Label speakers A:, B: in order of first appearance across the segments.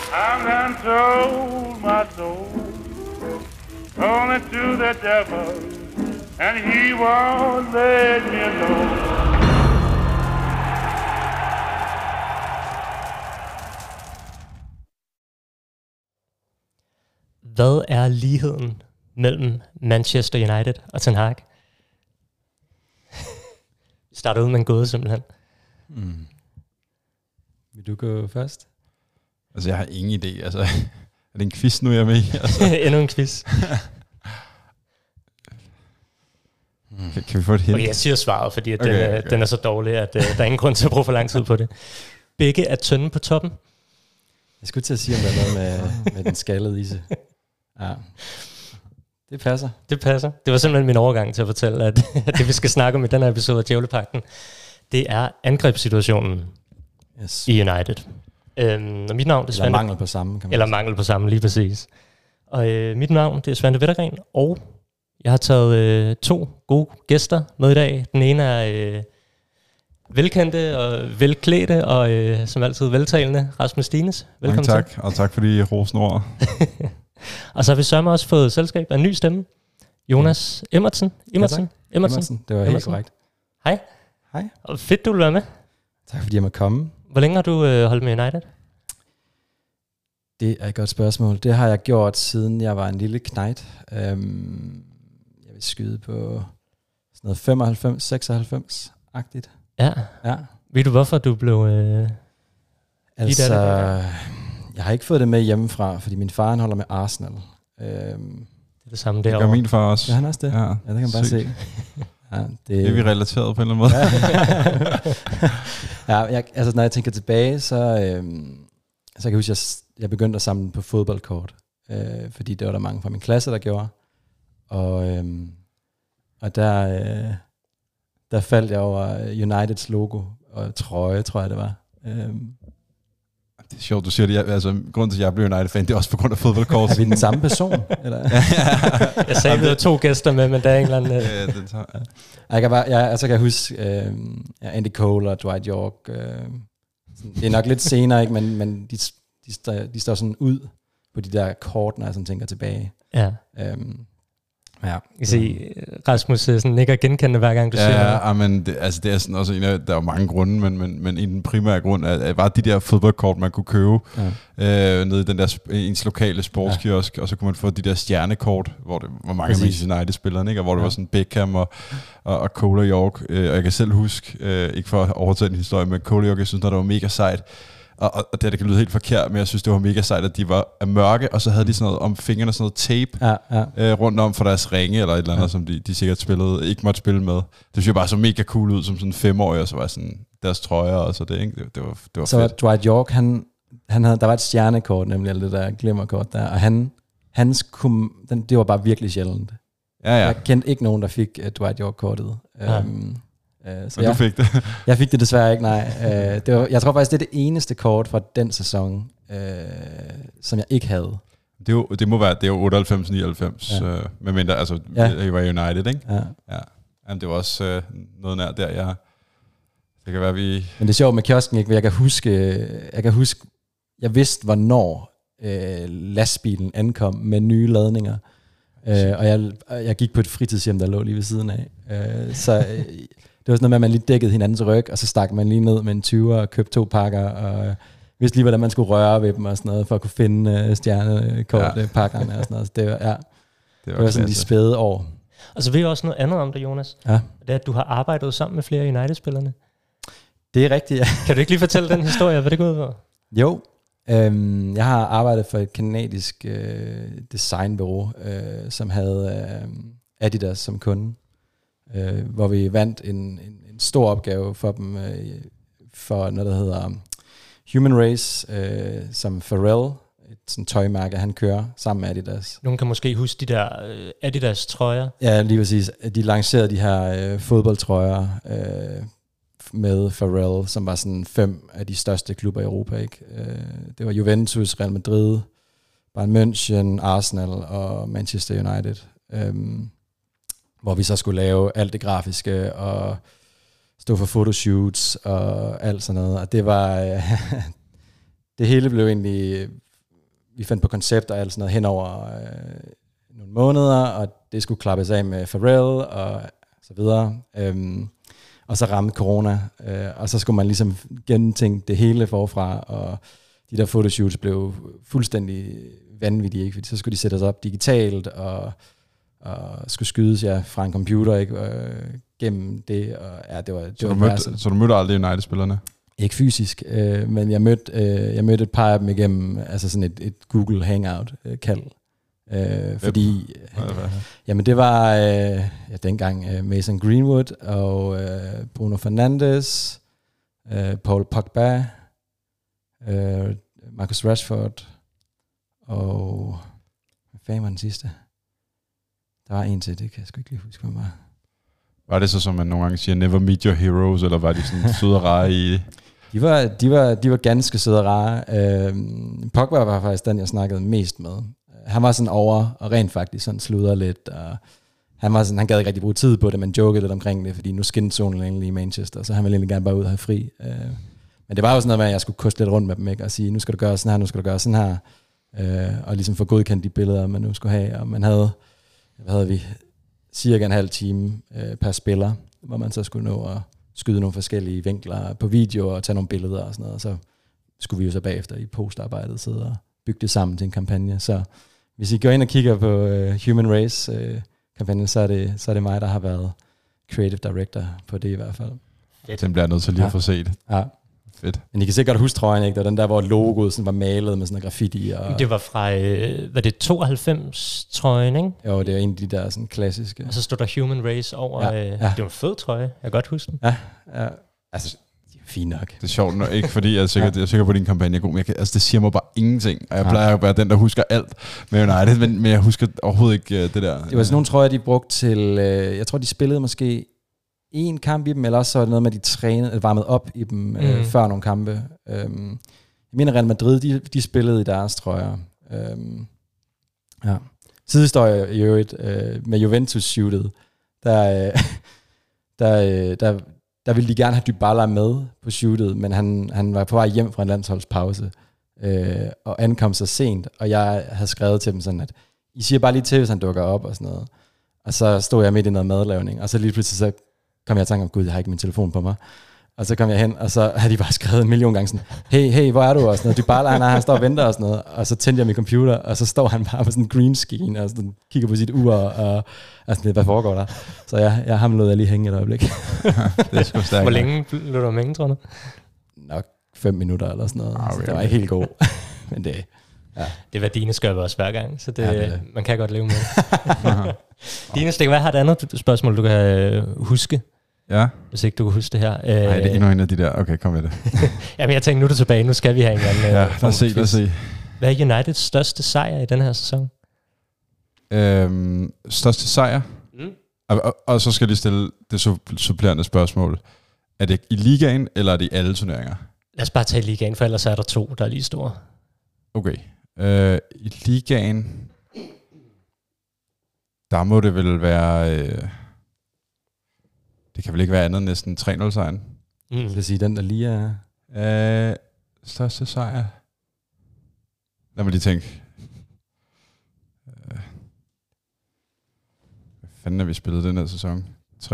A: I'm done sold my soul only to the devil, and he won't let me alone.
B: Hvad er ligheden mellem Manchester United og Ten Hag? Vi starter ud med en gåde simpelthen.
C: Vil du gå først?
D: Altså, jeg har ingen idé. Altså, er det en quiz nu, jeg er med i? Altså.
B: Endnu en quiz.
D: Kan vi få et hint?
B: Okay, jeg siger svaret, fordi at den er så dårlig, at der er ingen grund til at bruge for lang tid på det. Begge er tynde på toppen.
C: Jeg skulle til at sige, om der er noget med den skaldede ise. Ja. Det passer.
B: Det passer. Det var simpelthen min overgang til at fortælle, at det vi skal snakke om i den her episode af Djævlepagten, det er angrebssituationen i United. Og mit navn det er Svante.
C: Eller mangel på samme, kan man
B: Eller
C: sige.
B: mangel på samme, lige præcis. Og mit navn det er Svante Wettergren, og jeg har taget 2 gode gæster med i dag. Den ene er velkendte og velklædte og som altid veltalende Rasmus Stines. Velkommen
D: tak,
B: til.
D: og tak for de rosende ord.
B: Og så har vi sørme også fået selskab af en ny stemme. Jonas Emerson.
C: Emerson. Det var helt korrekt.
B: Hej.
C: Hej.
B: Og fedt, du vil være med.
C: Tak fordi jeg måtte komme.
B: Hvor længe har du holdt med United?
C: Det er et godt spørgsmål. Det har jeg gjort, siden jeg var en lille knejt. Jeg vil skyde på sådan noget 95-96-agtigt.
B: Ja. Ved du, hvorfor du blev...
C: Altså, jeg har ikke fået det med hjemmefra, fordi min far holder med Arsenal.
B: Det er det samme derovre.
D: Det gør min far også.
C: Ja, han også det? Ja, det kan man bare se. Ja,
D: det er vi relateret på en eller anden måde.
C: Altså når jeg tænker tilbage, så kan jeg huske, at jeg begyndte at samle på fodboldkort, fordi det var der mange fra min klasse, der gjorde. Og der faldt jeg over Uniteds logo og trøje, tror jeg det var.
D: Det er sjovt, du siger det. Altså, grunden til, at jeg blev United-fan, det er også på grund af fodboldkort.
C: Er vi den samme person? Eller?
B: Jeg sagde, at vi havde 2 gæster med, men der er en eller anden...
C: Jeg kan huske Andy Cole og Dwight York. Det er nok lidt senere, ikke? Men de står sådan ud på de der kort, når jeg sådan tænker tilbage.
B: Ja.
C: Jeg
B: kan se, Rasmus sådan nikker genkendende hver gang du siger det.
D: Ja, men det er sådan også der er jo mange grunde, men i den primære grund var de der fodboldkort, man kunne købe nede i den der ens lokale sportskiosk, og så kunne man få de der stjernekort, hvor det var mange af Manchester United-spillere, ikke? Og hvor det var sådan Beckham og Cole og York, og jeg kan selv huske, ikke for at overtage en historie, men Cole og York, jeg synes, der var mega sejt. Og det kan lyde helt forkert, men jeg synes, det var mega sejt, at de var mørke, og så havde de sådan noget om fingrene, sådan noget tape rundt om for deres ringe, eller et eller andet, som de sikkert ikke måtte spille med. Det synes jeg bare så mega cool ud, som sådan 5-årig, og så var sådan deres trøjer, og så det, ikke? Det var
C: så
D: fedt.
C: Så Dwight York, han havde, der var et stjernekort, nemlig alt det der glimmerkort der, og det var bare virkelig sjældent.
D: Ja.
C: Jeg kendte ikke nogen, der fik Dwight York-kortet.
D: Så du fik det?
C: Jeg fik det desværre ikke, nej. Jeg tror faktisk, det er det eneste kort fra den sæson, som jeg ikke havde.
D: Det må være, det er jo 98-99, med mindre, altså, jeg var United, ikke? Ja. Jamen, det var også noget nær der, det kan være, vi...
C: Men det er sjovt med kiosken, ikke? Jeg kan huske, jeg vidste, hvornår lastbilen ankom med nye ladninger. Og jeg gik på et fritidshjem, der lå lige ved siden af. Det var sådan noget med, at man lige dækkede hinandens ryg, og så stak man lige ned med en 20'er og købte 2 pakker, og vidste lige, hvordan man skulle røre ved dem og sådan noget, for at kunne finde stjernekortpakkerne og sådan noget. Så det var sådan de spæde år.
B: Og så ved jeg også noget andet om det, Jonas.
C: Ja.
B: Det er, at du har arbejdet sammen med flere United-spillerne.
C: Det er rigtigt, ja.
B: Kan du ikke lige fortælle den historie, hvad det går ud på?
C: Jo. Jeg har arbejdet for et kanadisk designbureau, som havde Adidas som kunde, hvor vi vandt en stor opgave for dem, for noget, der hedder Human Race, som Pharrell, et sådan tøjmærke, han kører sammen med Adidas.
B: Nogen kan måske huske de der Adidas trøjer.
C: Ja, lige præcis. De lancerede de her fodboldtrøjer med Pharrell, som var sådan 5 af de største klubber i Europa, ikke? Det var Juventus, Real Madrid, Bayern München, Arsenal og Manchester United. Hvor vi så skulle lave alt det grafiske og stå for fotoshoots og alt sådan noget. Og det var... det hele blev egentlig vi fandt på koncept og alt sådan noget hen over nogle måneder, og det skulle klappes af med Pharrell og så videre. Og så ramte corona, og så skulle man ligesom gentænke det hele forfra, og de der fotoshoots blev fuldstændig vanvittige, ikke? Fordi så skulle de sættes op digitalt, og skulle skydes fra en computer, ikke? Gennem det, og ja, det var
D: så du mødte aldrig United-spillerne?
C: Ikke fysisk, men jeg mødte et par af dem igennem altså sådan et Google Hangout-kald. Fordi jamen det var dengang Mason Greenwood og Bruno Fernandes, Paul Pogba, Marcus Rashford og hvad fanden var den sidste? Der var en til, det kan jeg sgu ikke lige huske, hvad var.
D: Var det så, som man nogle gange siger, never meet your heroes, eller var de sådan søde og rare i det?
C: De var ganske søde og rare. Pogba var faktisk den, jeg snakkede mest med. Han var sådan over, og rent faktisk sådan sludder lidt, og han gad ikke rigtig bruge tid på det, men jokede lidt omkring det, fordi nu skinnede solen egentlig i Manchester, så han ville egentlig gerne bare ud og have fri. Men det var jo sådan noget med, at jeg skulle koste lidt rundt med dem, ikke? Og sige, nu skal du gøre sådan her, nu skal du gøre sådan her, og ligesom få godkendt de billeder, man nu skulle have. Og man havde, cirka en halv time per spiller, hvor man så skulle nå at skyde nogle forskellige vinkler på video og tage nogle billeder og sådan noget, og så skulle vi jo så bagefter i postarbejdet sidde og bygge det sammen til en kampagne. Så hvis I går ind og kigger på Human Race-kampagnen, så er det mig, der har været creative director på det i hvert fald.
D: Fedt. Den bliver jeg nødt til lige at få set.
C: Ja.
D: Fedt.
C: Men I kan sikkert huske trøjen, ikke? Der den der, hvor logoet sådan var malet med sådan en graffiti. Og
B: det var fra, var det 92-trøjen, ikke?
C: Jo, det er en af de der sådan klassiske.
B: Og så stod der Human Race over. Det var en fed trøje, jeg kan godt huske den.
C: Ja. Altså, det er fint nok.
D: Det er sjovt, ikke fordi jeg er sikker på, at din kampagne er god, men det siger mig bare ingenting. Og jeg plejer at være den, der husker alt med United, men jeg husker overhovedet ikke det der.
C: Det var sådan nogle trøjer, de brugte til, jeg tror, de spillede måske en kamp i dem, eller også så var det noget med, at de varmede op i dem før nogle kampe. Jeg mener, Real Madrid, de spillede i deres trøjer. Ja. Sidehistorie i øvrigt med Juventus-shootet, der ville de gerne have Dybala med på shootet, men han var på vej hjem fra en landsholdspause, og ankom så sent, og jeg havde skrevet til dem sådan, at I siger bare lige til, hvis han dukker op og sådan noget. Og så stod jeg midt i noget madlavning, og så lige pludselig så kom jeg i tanke om, gud, jeg har ikke min telefon på mig. Og så kom jeg hen, og så havde de bare skrevet 1 million gange sådan, hey, hvor er du? Og sådan noget. Dybala, han står og venter og sådan noget. Og så tændte jeg min computer, og så står han bare på sådan en green screen, og sådan kigger på sit ur, og sådan, hvad foregår der? Så jeg ham lod jeg lige hænge et øjeblik.
D: Det er sgu stærkt.
B: Hvor længe blev du med, tror du?
C: Nok 5 minutter eller sådan noget. Okay, så det var ikke helt god. Men det... Ja.
B: Det var dine skørper også hver gang, så det. Man kan godt leve med det. Dine Stik, hvad har et andet spørgsmål, du kan huske?
D: Ja.
B: Hvis ikke du kan huske det her.
D: Nej, det er endnu en af de der. Okay, kom med det.
B: Jamen, jeg tænkte, nu er du tilbage. Nu skal vi have en anden.
D: Ja, lad os se.
B: Hvad er Uniteds største sejr i den her sæson?
D: Største sejr? Og så skal jeg lige stille det supplerende spørgsmål. Er det i ligaen, eller er det i alle turneringer?
B: Lad os bare tage ligaen, for ellers er der 2, der er lige store. Okay.
D: I ligaen, der må det vel være... det kan vel ikke være andet end næsten 3-0-sejren.
C: Det vil sige, den der lige er...
D: Største sejr? Lad mig lige tænke. Hvad fanden har vi spillet den her sæson? 3-1, 1-0, 1-0.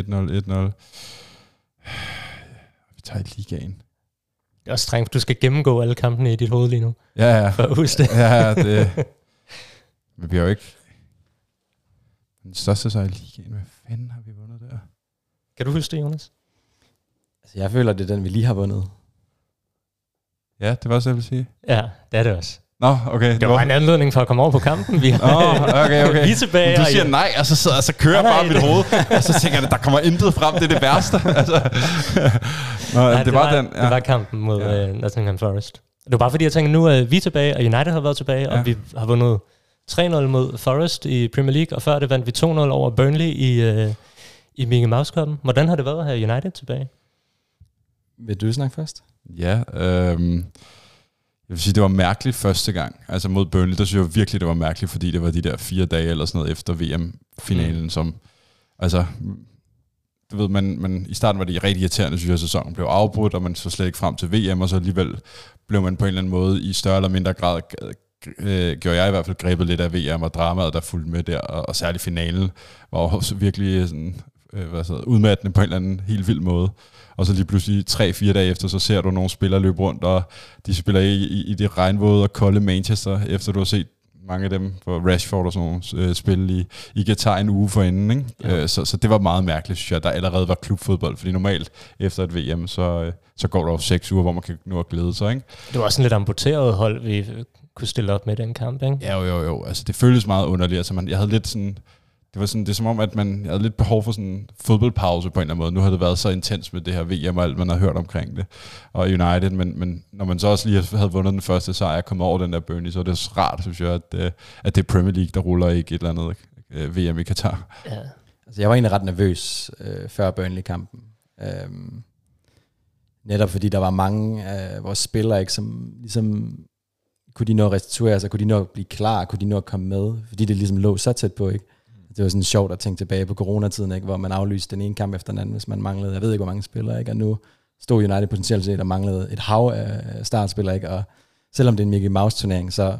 D: Vi tager i ligaen.
B: Det er også strengt, du skal gennemgå alle kampene i dit hoved lige nu.
D: Ja.
B: For at huske det.
D: Ja, det... Men vi har jo ikke... Den største sejr i ligaen. Hvad fanden har vi vundet der?
B: Kan du huske det, Jonas?
C: Altså, jeg føler, det er den, vi lige har vundet.
D: Ja, det var også, jeg vil sige.
B: Ja, det er det også.
D: Nå, okay.
B: Det var en anledning for at komme over på kampen.
D: Okay.
B: Vi er tilbage.
D: Du siger nej, og så kører jeg bare mit hoved. Og så tænker jeg, der kommer intet frem. Det er det værste. Det
B: var kampen mod Nottingham Forest. Det var bare fordi, jeg tænkte, nu er vi tilbage, og United har været tilbage, og vi har vundet 3-0 mod Forest i Premier League, og før det vandt vi 2-0 over Burnley i Mickey Mouse Cup'en. Hvordan har det været at have United tilbage?
C: Vil du snakke først?
D: Ja, jeg vil sige, det var mærkeligt første gang. Altså mod Burnley, der synes jeg virkelig, det var mærkeligt, fordi det var de der 4 dage eller sådan noget efter VM-finalen, som... Altså, du ved, man i starten var det rigtig irriterende, synes jeg, sæsonen blev afbrudt, og man så slet ikke frem til VM, og så alligevel blev man på en eller anden måde i større eller mindre grad gjorde jeg i hvert fald grebet lidt af VM og dramaet, der fulgte med der, og særligt finalen var også virkelig sådan, udmattende på en eller anden helt vild måde. Og så lige pludselig 3-4 dage efter, så ser du nogle spillere løbe rundt, og de spiller i det regnvåde og kolde Manchester, efter du har set mange af dem på Rashford og sådan nogle spil i Qatar en uge forinden. Ikke? Ja. Så det var meget mærkeligt, synes jeg, der allerede var klubfodbold, fordi normalt efter et VM, så går der over 6 uger, hvor man kan nå at glæde sig. Ikke?
B: Det var også en lidt amputeret hold, vi kunne stille op med den kamp, ikke?
D: Ja, jo. Altså, det føltes meget underligt. Altså, jeg havde lidt sådan... Det er som om, at jeg havde lidt behov for sådan en fodboldpause på en eller anden måde. Nu har det været så intens med det her VM og alt, man har hørt omkring det. Og United, men når man så også lige havde vundet den første sejr og kommet over den der Burnley, så er det rart, synes jeg, at det er Premier League, der ruller ikke et eller andet VM i Qatar.
C: Ja. Altså, jeg var egentlig ret nervøs før Burnley-kampen. Netop fordi der var mange af vores spillere, ikke, som ligesom... Kunne de nå at restituere sig? Kunne de nå at blive klar? Kunne de nå at komme med? Fordi det ligesom lå så tæt på, ikke? Det var sådan sjovt at tænke tilbage på coronatiden, ikke? Hvor man aflyste den ene kamp efter den anden, hvis man manglede, jeg ved ikke hvor mange spillere, ikke? Og nu stod United potentielt set og manglede et hav af startspillere, ikke? Og selvom det er en Mickey Mouse turnering, så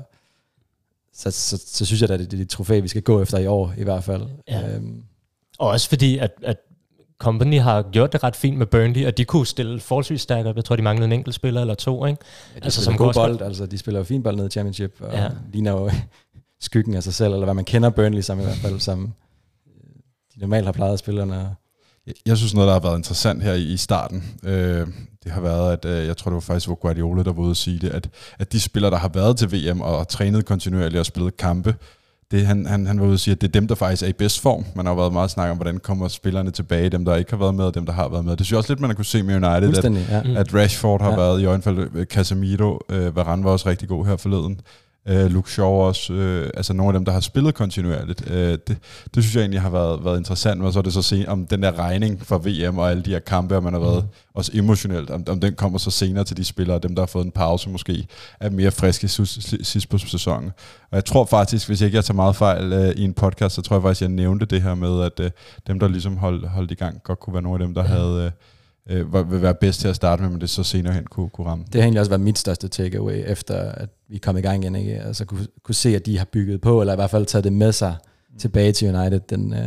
C: synes jeg da, det er det trofæ, vi skal gå efter i år i hvert fald.
B: Ja. Og også fordi, at Company har gjort det ret fint med Burnley, og de kunne stille forholdsvis stærkere. Jeg tror, de manglede en enkelt spiller eller to, ikke?
C: Ja, de spiller god bold, altså de spiller jo fin bold ned i Championship, og ligner jo skyggen af sig selv, eller hvad man kender Burnley som i hvert fald, som de normalt har plejet spillerne.
D: Jeg synes noget, der har været interessant her i starten, det har været, at jeg tror, det var faktisk Guardiola, der var ude at sige det, at de spillere, der har været til VM og trænet kontinuerligt og spillet kampe, han var ude at sige, at det er dem, der faktisk er i bedst form. Man har jo været meget snak om, hvordan kommer spillerne tilbage, dem, der ikke har været med, og dem, der har været med. Det synes jeg også lidt, man har kunne se med United, at Rashford har været i øjenfald, Casemiro, Varane var også rigtig god her forleden. Luke Shaw også, altså nogle af dem, der har spillet kontinuerligt. Det synes jeg egentlig har været interessant, og så er det så se om den der regning for VM og alle de her kampe, og man har været også emotionelt, om den kommer så senere til de spillere, dem der har fået en pause måske, er mere friske sidst på sæsonen. Og jeg tror faktisk, hvis jeg ikke tager meget fejl i en podcast, så tror jeg faktisk, jeg nævnte det her med, at dem, der ligesom holdt i gang, godt kunne være nogle af dem, der havde... vil være bedst til at starte med, men det så senere hen kunne ramme.
C: Det har egentlig også været mit største takeaway, efter at vi kom i gang igen, ikke? Altså kunne se, at de har bygget på, eller i hvert fald taget det med sig tilbage til United,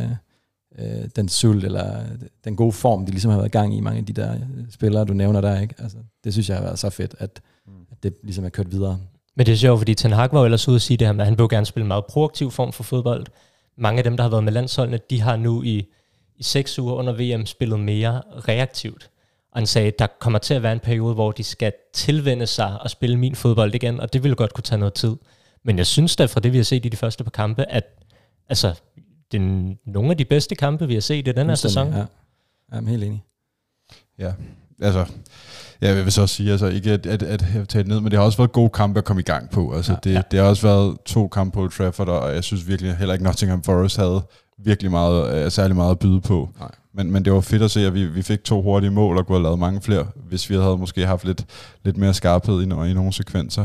C: den sult, eller den gode form, de ligesom har været i gang i, mange af de der spillere, du nævner der, ikke? Altså, det synes jeg har været så fedt, at det ligesom er kørt videre.
B: Men det er sjovt, fordi Ten Hag var jo ellers ude at sige det her med, at han vil gerne spille en meget proaktiv form for fodbold. Mange af dem, der har været med landsholdene, de har nu i 6 uger under VM spillet mere reaktivt. Og han sagde, at der kommer til at være en periode, hvor de skal tilvende sig og spille min fodbold igen, og det ville godt kunne tage noget tid. Men jeg synes da, fra det vi har set i de første par kampe, at altså, det er nogle af de bedste kampe, vi har set i den her sæson.
C: Ja, jeg er helt enig.
D: Ja, altså... Jeg vil så også sige, altså ikke at jeg tager det ned, men det har også været gode kampe at komme i gang på. Altså det har også været 2 kampe på Old Trafford, og jeg synes virkelig heller ikke Nottingham Forest havde virkelig meget, særlig meget at byde på. Men det var fedt at se, at vi fik 2 hurtige mål og kunne have lavet mange flere, hvis vi havde måske haft lidt mere skarphed i nogle sekvenser.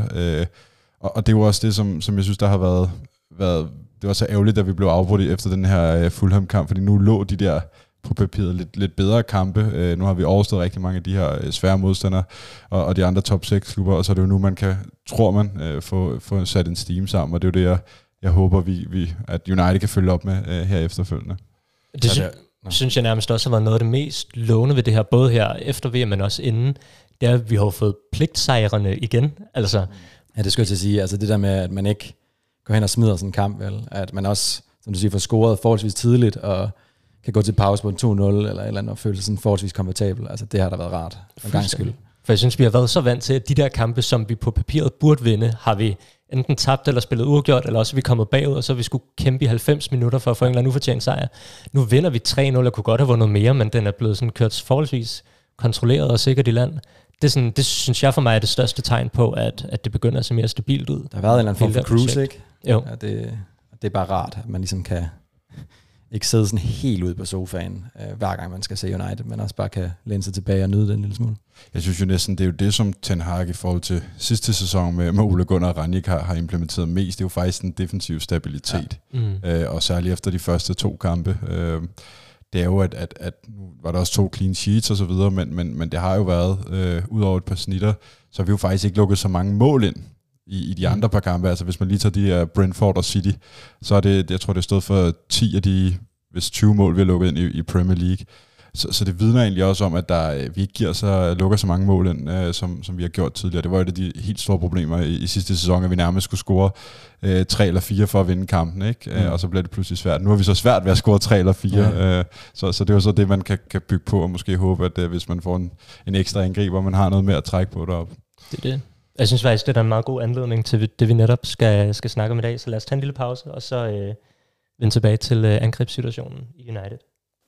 D: Og det var også det, som jeg synes, der har været det var så ærgerligt, at vi blev afbrudt efter den her Fulham-kamp, fordi nu lå de der på papiret lidt bedre kampe. Nu har vi overstået rigtig mange af de her svære modstandere og de andre top 6 klubber, og så er det jo nu, man kan, tror man, få sat en steam sammen, og det er jo det, jeg håber, at United kan følge op med her efterfølgende.
B: Det synes jeg nærmest også har været noget af det mest lovende ved det her, både her efter VM, men også inden, det er, at vi har fået pligtsejrene igen. Altså.
C: Ja, det skulle jeg til at sige. Altså det der med, at man ikke går hen og smider sådan en kamp, vel? At man også, som du siger, får scoret forholdsvis tidligt, og kan gå til pause på en 2-0 eller et eller andet, og føle sig sådan forholdsvis komfortabel. Altså det har da været rart. En gang skyld.
B: For jeg synes, vi har været så vant til, at de der kampe, som vi på papiret burde vinde, har vi enten tabt eller spillet uafgjort, eller også er vi kommet bagud, og så vi skulle kæmpe i 90 minutter for at få en eller anden ufortjent sejr. Nu vinder vi 3-0 og kunne godt have vundet mere, men den er blevet sådan kørt forholdsvis kontrolleret og sikkert i land. Det synes jeg for mig er det største tegn på, at det begynder at se mere stabilt ud.
C: Der har været en eller anden form for cruise, ikke?
B: Jo.
C: Ja, det er bare rart, at man ligesom kan ikke sidde sådan helt ude på sofaen, hver gang man skal se United, men også bare kan læne sig tilbage og nyde den lille smule. Jeg
D: synes jo næsten, det er jo det, som Ten Hag i forhold til sidste sæson med Ole Gunnar og Ranjik har implementeret mest. Det er jo faktisk den defensive stabilitet, og særligt efter de første 2 kampe. Det er jo, at nu var der også 2 clean sheets og så videre, men det har jo været, ud over et par snitter, så har vi jo faktisk ikke lukket så mange mål ind i de andre par kampe. Altså hvis man lige tager de her Brentford og City, så er det, jeg tror det stod for 10 af de, hvis 20 mål vi har lukket ind i Premier League. Så det vidner egentlig også om, at vi ikke lukker så mange mål ind, som vi har gjort tidligere. Det var et af de helt store problemer i sidste sæson, at vi nærmest skulle score 3 eller 4 for at vinde kampen, ikke? Og så blev det pludselig svært. Nu har vi så svært ved at score 3 eller 4, så det er jo så det, man kan bygge på, og måske håbe, at hvis man får en ekstra angriber, man har noget mere at trække på deroppe.
B: Det er det. Jeg synes faktisk, det er en meget god anledning til det, vi netop skal snakke om i dag. Så lad os tage en lille pause, og så vende tilbage til angrebssituationen i United.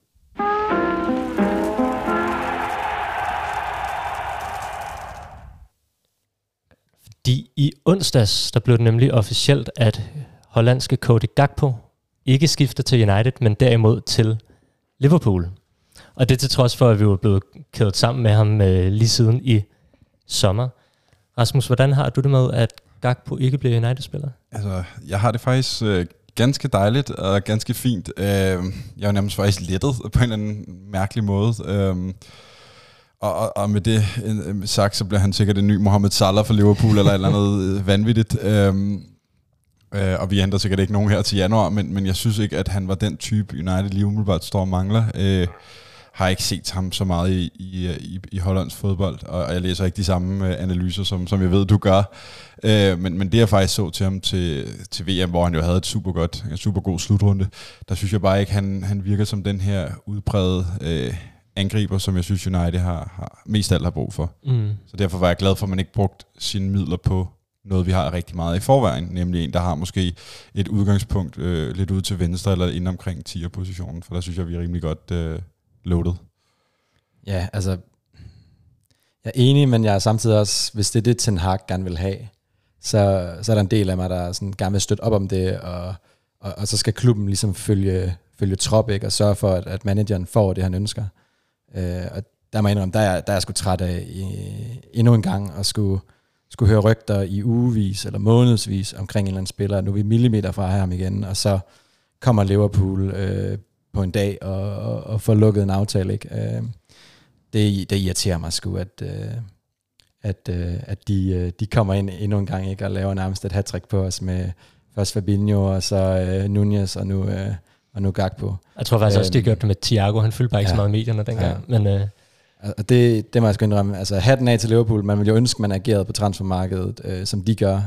B: I onsdags, der blev det nemlig officielt, at hollandske Cody Gakpo ikke skifter til United, men derimod til Liverpool. Og det til trods for, at vi var blevet kædet sammen med ham lige siden i sommer. Rasmus, hvordan har du det med, at Gakpo ikke bliver United-spiller?
D: Altså, jeg har det faktisk ganske dejligt og ganske fint. Jeg er nærmest faktisk lettet på en eller anden mærkelig måde. Og med det sagt, så bliver han sikkert en ny Mohamed Salah for Liverpool, eller et eller andet vanvittigt. Og vi ændrer sikkert ikke nogen her til januar, men jeg synes ikke, at han var den type United lige umiddelbart står og mangler. Har ikke set ham så meget i Hollands fodbold, og jeg læser ikke de samme analyser, som jeg ved, du gør. Men det jeg faktisk så til ham til VM, hvor han jo havde en super god slutrunde, der synes jeg bare ikke, han virker som den her udprægede angriber, som jeg synes United har mest alt har brug for. Så derfor var jeg glad for, at man ikke brugt sine midler på noget, vi har rigtig meget i forvejen, nemlig en, der har måske et udgangspunkt lidt ude til venstre, eller inde omkring 10'er-positionen, for der synes jeg, vi er rimelig godt loaded.
C: Ja, altså, jeg er enig, men jeg er samtidig også, hvis det er det, Ten Hag gerne vil have, så er der en del af mig, der sådan gerne vil støtte op om det, og så skal klubben ligesom følge trop, ikke, og sørge for, at manageren får det, han ønsker. Og der må jeg indrømme, der er jeg sgu træt af endnu en gang at skulle høre rygter i ugevis eller månedsvis omkring en eller anden spiller. Nu er vi millimeter fra ham igen, og så kommer Liverpool på en dag og får lukket en aftale. Ikke? Det irriterer mig sgu, at de kommer ind endnu en gang, ikke, og laver nærmest et hat-trick på os med først Fabinho og så Nunez og nu Gakpo.
B: Jeg tror faktisk også, det gjorde det med Thiago. Han fyldte bare ikke så meget i medierne dengang. Ja. Men,
C: og det må jeg sgu indrømme. Altså hatten af til Liverpool. Man vil jo ønske, man agerede på transfermarkedet, som de gør.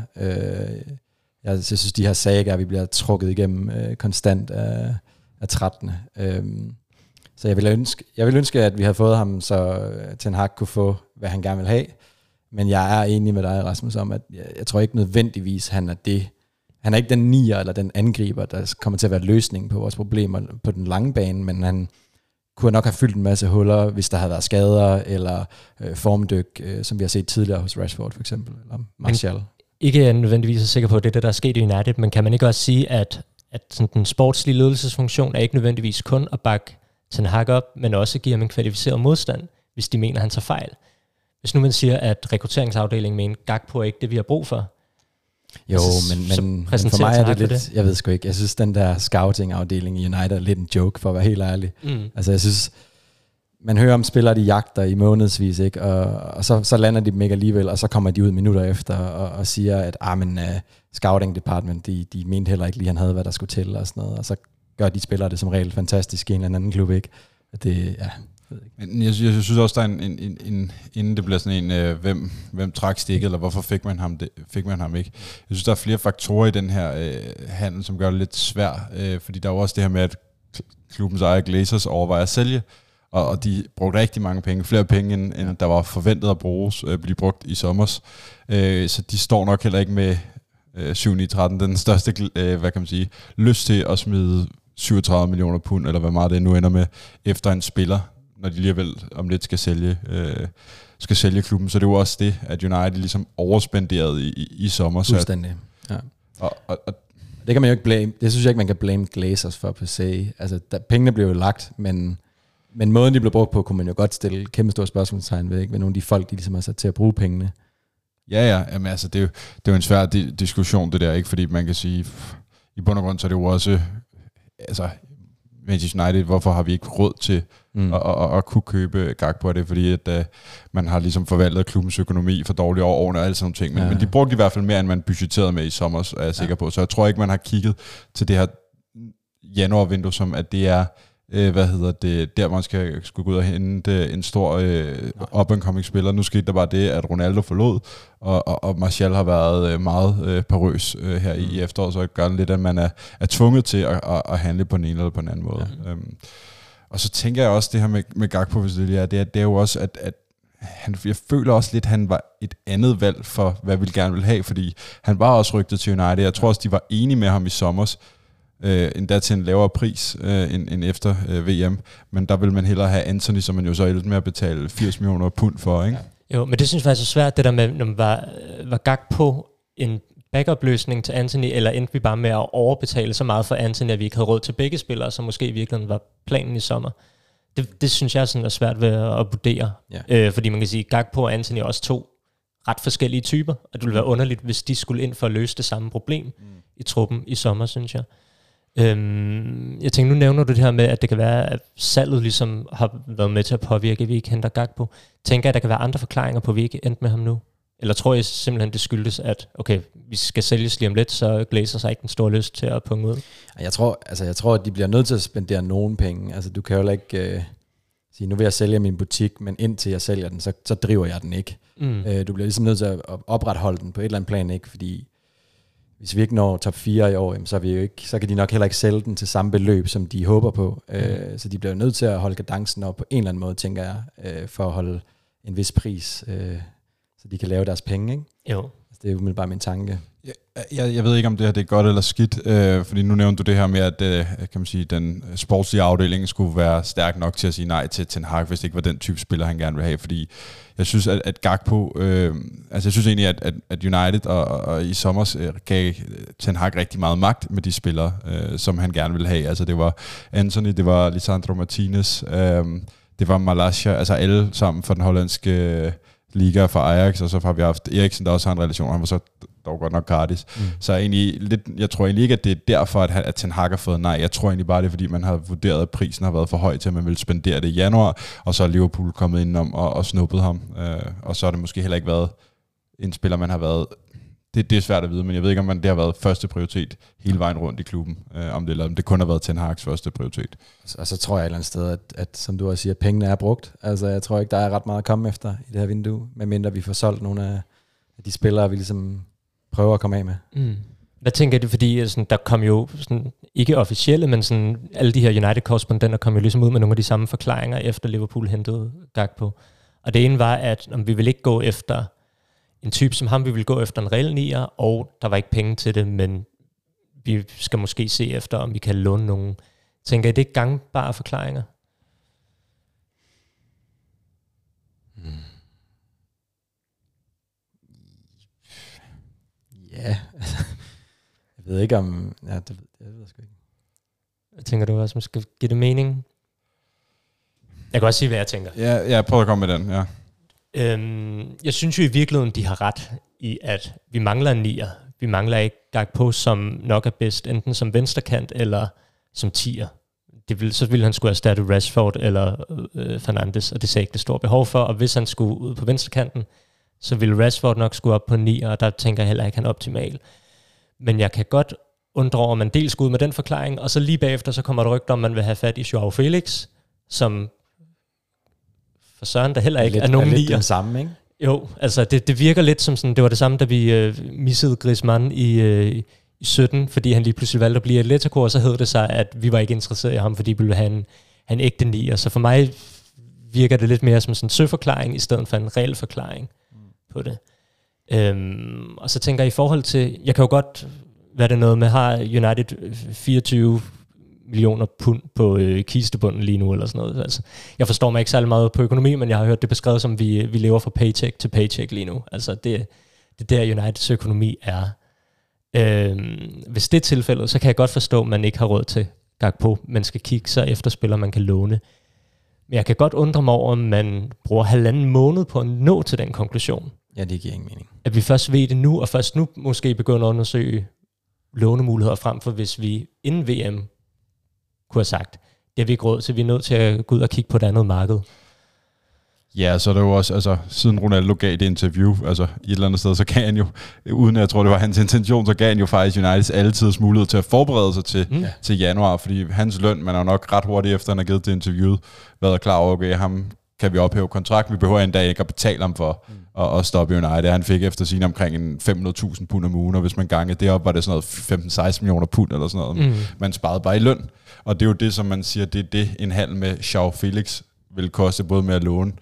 C: Jeg synes, de her sager, vi bliver trukket igennem konstant af 13. Så jeg vil ønske, at vi havde fået ham, så Ten Hag kunne få, hvad han gerne vil have. Men jeg er enig med dig, Rasmus, om, at jeg tror ikke nødvendigvis, han er det. Han er ikke den nier eller den angriber, der kommer til at være løsningen på vores problemer på den lange bane, men han kunne nok have fyldt en masse huller, hvis der havde været skader eller formdyk, som vi har set tidligere hos Rashford for eksempel, eller Martial.
B: Ikke er nødvendigvis sikker på, at det er det, der er sket i United, men kan man ikke også sige, at sådan den sportslige ledelsesfunktion er ikke nødvendigvis kun at bakke Ten Hag op, men også give ham en kvalificeret modstand, hvis de mener, han tager fejl. Hvis nu man siger, at rekrutteringsafdelingen mener, Gakpo er ikke det, vi har brug for.
C: Jo, men for mig er det lidt, jeg ved sgu ikke, jeg synes, den der scouting-afdeling i United er lidt en joke, for at være helt ærlig. Altså, jeg synes, man hører om spillere, de jagter i månedsvis, ikke? Og så lander de dem ikke alligevel, og så kommer de ud minutter efter og siger, at scouting department, de mente heller ikke lige, han havde, hvad der skulle til, og sådan noget. Og så gør de spillere det som regel fantastisk i en eller anden klub, ikke? Og det, ja.
D: Men jeg synes også, der er inden det bliver sådan en, hvem trak stikket, eller hvorfor fik man ham ikke. Jeg synes, der er flere faktorer i den her handel, som gør det lidt svær, fordi der er jo også det her med, at klubbens ejer Glazers overvejer at sælge, og de brugte rigtig mange penge, flere penge, end der var forventet at blive brugt i sommers. Så de står nok heller ikke med 7-9-13, den største, hvad kan man sige, lyst til at smide 37 millioner pund, eller hvad meget det nu ender med, efter en spiller, når de alligevel om lidt skal sælge klubben. Så det er jo også det, at United ligesom overspenderede i sommer.
C: Fuldstændig, ja. Og det kan man jo ikke blame. Det synes jeg ikke, man kan blame Glazers for på se. Altså, pengene blev jo lagt, men måden, de blev brugt på, kunne man jo godt stille kæmpe store spørgsmålstegn ved, ikke? Ved nogle af de folk, de ligesom har sat til at bruge pengene.
D: Ja. Jamen, altså, det er jo en svær diskussion, det der, ikke? Fordi man kan sige, i bund og grund, så er det jo også, altså, Manchester United, hvorfor har vi ikke råd til at kunne købe Gakpo af det, fordi at, man har ligesom forvaltet klubbens økonomi for dårlige år og alle sådan nogle ting, men de brugte i hvert fald mere, end man budgetterede med i sommer, er jeg sikker på, så jeg tror ikke, man har kigget til det her januarvindue, som at det er der man skulle gå ud og hente en stor up-and-coming spiller. Nu skete der bare det, at Ronaldo forlod, og Martial har været meget porøs her i efteråret, så det gør lidt, at man er tvunget til at handle på den ene eller på den anden måde. Og så tænker jeg også, det her med Gakpo, hvis det er jo også, at jeg føler også lidt, at han var et andet valg for, hvad vi gerne vil have, fordi han var også rygtet til United. Jeg tror også, de var enige med ham i sommers, endda til en lavere pris end efter VM, men der vil man hellere have Antony, som man jo så endte med at betale 80 millioner pund for, ikke?
B: Jo, men det synes jeg faktisk er svært, det der med, når man var Gakpo en backup-løsning til Antony, eller endte vi bare med at overbetale så meget for Antony, at vi ikke havde råd til begge spillere, som måske i virkeligheden var planen i sommer. Det synes jeg sådan er svært ved at vurdere, fordi man kan sige, at Gakpo og Antony er også to ret forskellige typer, og det ville være underligt, hvis de skulle ind for at løse det samme problem i truppen i sommer, synes jeg. Jeg tænker, nu nævner du det her med, at det kan være, at salget ligesom har været med til at påvirke, at vi ikke henter Gakpo. Tænker jeg, at der kan være andre forklaringer på, at vi ikke endte med ham nu? Eller tror jeg simpelthen, det skyldes, at okay, vi skal sælges lige om lidt, så Glazer sig ikke den store lyst til at punge ud?
C: Jeg tror, at de bliver nødt til at spendere nogen penge. Altså, du kan jo ikke sige, nu vil jeg sælge min butik, men indtil jeg sælger den, så driver jeg den ikke. Du bliver ligesom nødt til at opretholde den på et eller andet plan, ikke? Fordi hvis vi ikke når top 4 i år, så kan de nok heller ikke sælge den til samme beløb, som de håber på. Så de bliver nødt til at holde kadencen op på en eller anden måde, tænker jeg, for at holde en vis pris, så de kan lave deres penge, ikke?
B: Jo.
C: Altså, det er jo bare min tanke.
D: Jeg ved ikke, om det her det er godt eller skidt, fordi nu nævnte du det her med, at kan man sige, den sportslige afdeling skulle være stærk nok til at sige nej til Ten Hag, hvis det ikke var den type spiller, han gerne vil have, fordi jeg synes, at Gakpo, jeg synes egentlig, at United og i sommer gav Ten Hag rigtig meget magt med de spillere, som han gerne ville have. Altså det var Antony, det var Lisandro Martinez, det var Malacia, altså alle sammen fra den hollandske liga fra Ajax, og så har vi haft Eriksen, der også har en relation, han var så dog godt nok gratis. Så jeg tror egentlig ikke, at det er derfor, at Ten Hag har fået nej. Jeg tror egentlig bare, det er, fordi man har vurderet, at prisen har været for høj til, at man vil spendere det i januar, og så er Liverpool kommet indenom og snuppet ham. Og så har det måske heller ikke været en spiller, man har været... Det er svært at vide, men jeg ved ikke, om det har været første prioritet hele vejen rundt i klubben, om det kun har været Ten Hags første prioritet.
C: Og så tror jeg et eller andet sted, at som du også siger, pengene er brugt. Altså, jeg tror ikke, der er ret meget at komme efter i det her vindue, medmindre vi får solgt nogle af de spillere, vi ligesom prøver at komme af med.
B: Hvad tænker du, fordi sådan, der kom jo sådan, ikke officielle, men sådan, alle de her United-korrespondenter kom jo ligesom ud med nogle af de samme forklaringer, efter Liverpool hentede Gakpo. Og det ene var, at om vi vil ikke gå efter en type som ham, vi vil gå efter en reel nier, og der var ikke penge til det, men vi skal måske se efter, om vi kan låne nogen. Tænker I, det er gangbare forklaringer?
C: Ja, jeg ved ikke om... Ja, det ved jeg sgu ikke.
B: Hvad tænker du også, skal give det mening? Jeg kan også sige, hvad jeg tænker.
D: Ja, jeg prøver at komme med den, ja.
B: Jeg synes jo i virkeligheden, de har ret i, at vi mangler en nier. Vi mangler ikke Gakpo, som nok er bedst, enten som venstrekant eller som tier. Så ville han skulle erstatte Rashford eller Fernandes, og det ser ikke det store behov for. Og hvis han skulle ud på venstrekanten, så ville Rashford nok skulle op på 9, og der tænker jeg heller ikke, han er optimal. Men jeg kan godt undre over, at man dels skal ud med den forklaring, og så lige bagefter, så kommer der rygter om, man vil have fat i Joao Felix, som for Søren, der heller ikke er nogen 9'er.
C: Lidt den samme, ikke?
B: Jo, altså det virker lidt som sådan, det var det samme, da vi missede Griezmann i 17, fordi han lige pludselig valgte at blive Atletico, og så hed det sig, at vi var ikke interesseret i ham, fordi vi ville have en ægte 9'er. Så for mig virker det lidt mere som sådan en søforklaring, i stedet for en reel forklaring på det. Og så tænker jeg i forhold til, jeg kan jo godt, hvad det noget med, har United 24 millioner pund på kistebunden lige nu, eller sådan noget. Altså, jeg forstår mig ikke særlig meget på økonomi, men jeg har hørt det beskrevet som, vi lever fra paycheck til paycheck lige nu. Altså, det der Uniteds økonomi er. Hvis det er tilfældet, så kan jeg godt forstå, at man ikke har råd til Gakpo. Man skal kigge sig efter spillere, man kan låne. Men jeg kan godt undre mig over, om man bruger 1,5 måned på at nå til den konklusion.
C: Ja, det giver ingen mening. At
B: vi først ved det nu, og først nu måske begynder at undersøge lånemuligheder frem for, hvis vi inden VM kunne have sagt, det har vi ikke råd til, vi er nødt til at gå ud og kigge på et andet marked.
D: Ja, så er det jo også, altså, siden Ronaldo gav det interview, altså i et eller andet sted, så gav han jo, uden at jeg tror, det var hans intention, så gav han jo faktisk Uniteds altid mulighed til at forberede sig til januar, fordi hans løn, man er jo nok ret hurtigt efter, han har givet det interviewet, været klar over, okay, ham kan vi ophæve kontrakten, vi behøver en dag ikke at betale ham for at stoppe United. Han fik efter sin omkring en 500.000 pund om ugen, og hvis man gangede det op, var det sådan noget 15-16 millioner pund eller sådan noget. Man sparede bare i løn, og det er jo det, som man siger, det er det, en handel med João Felix vil koste, både med at låne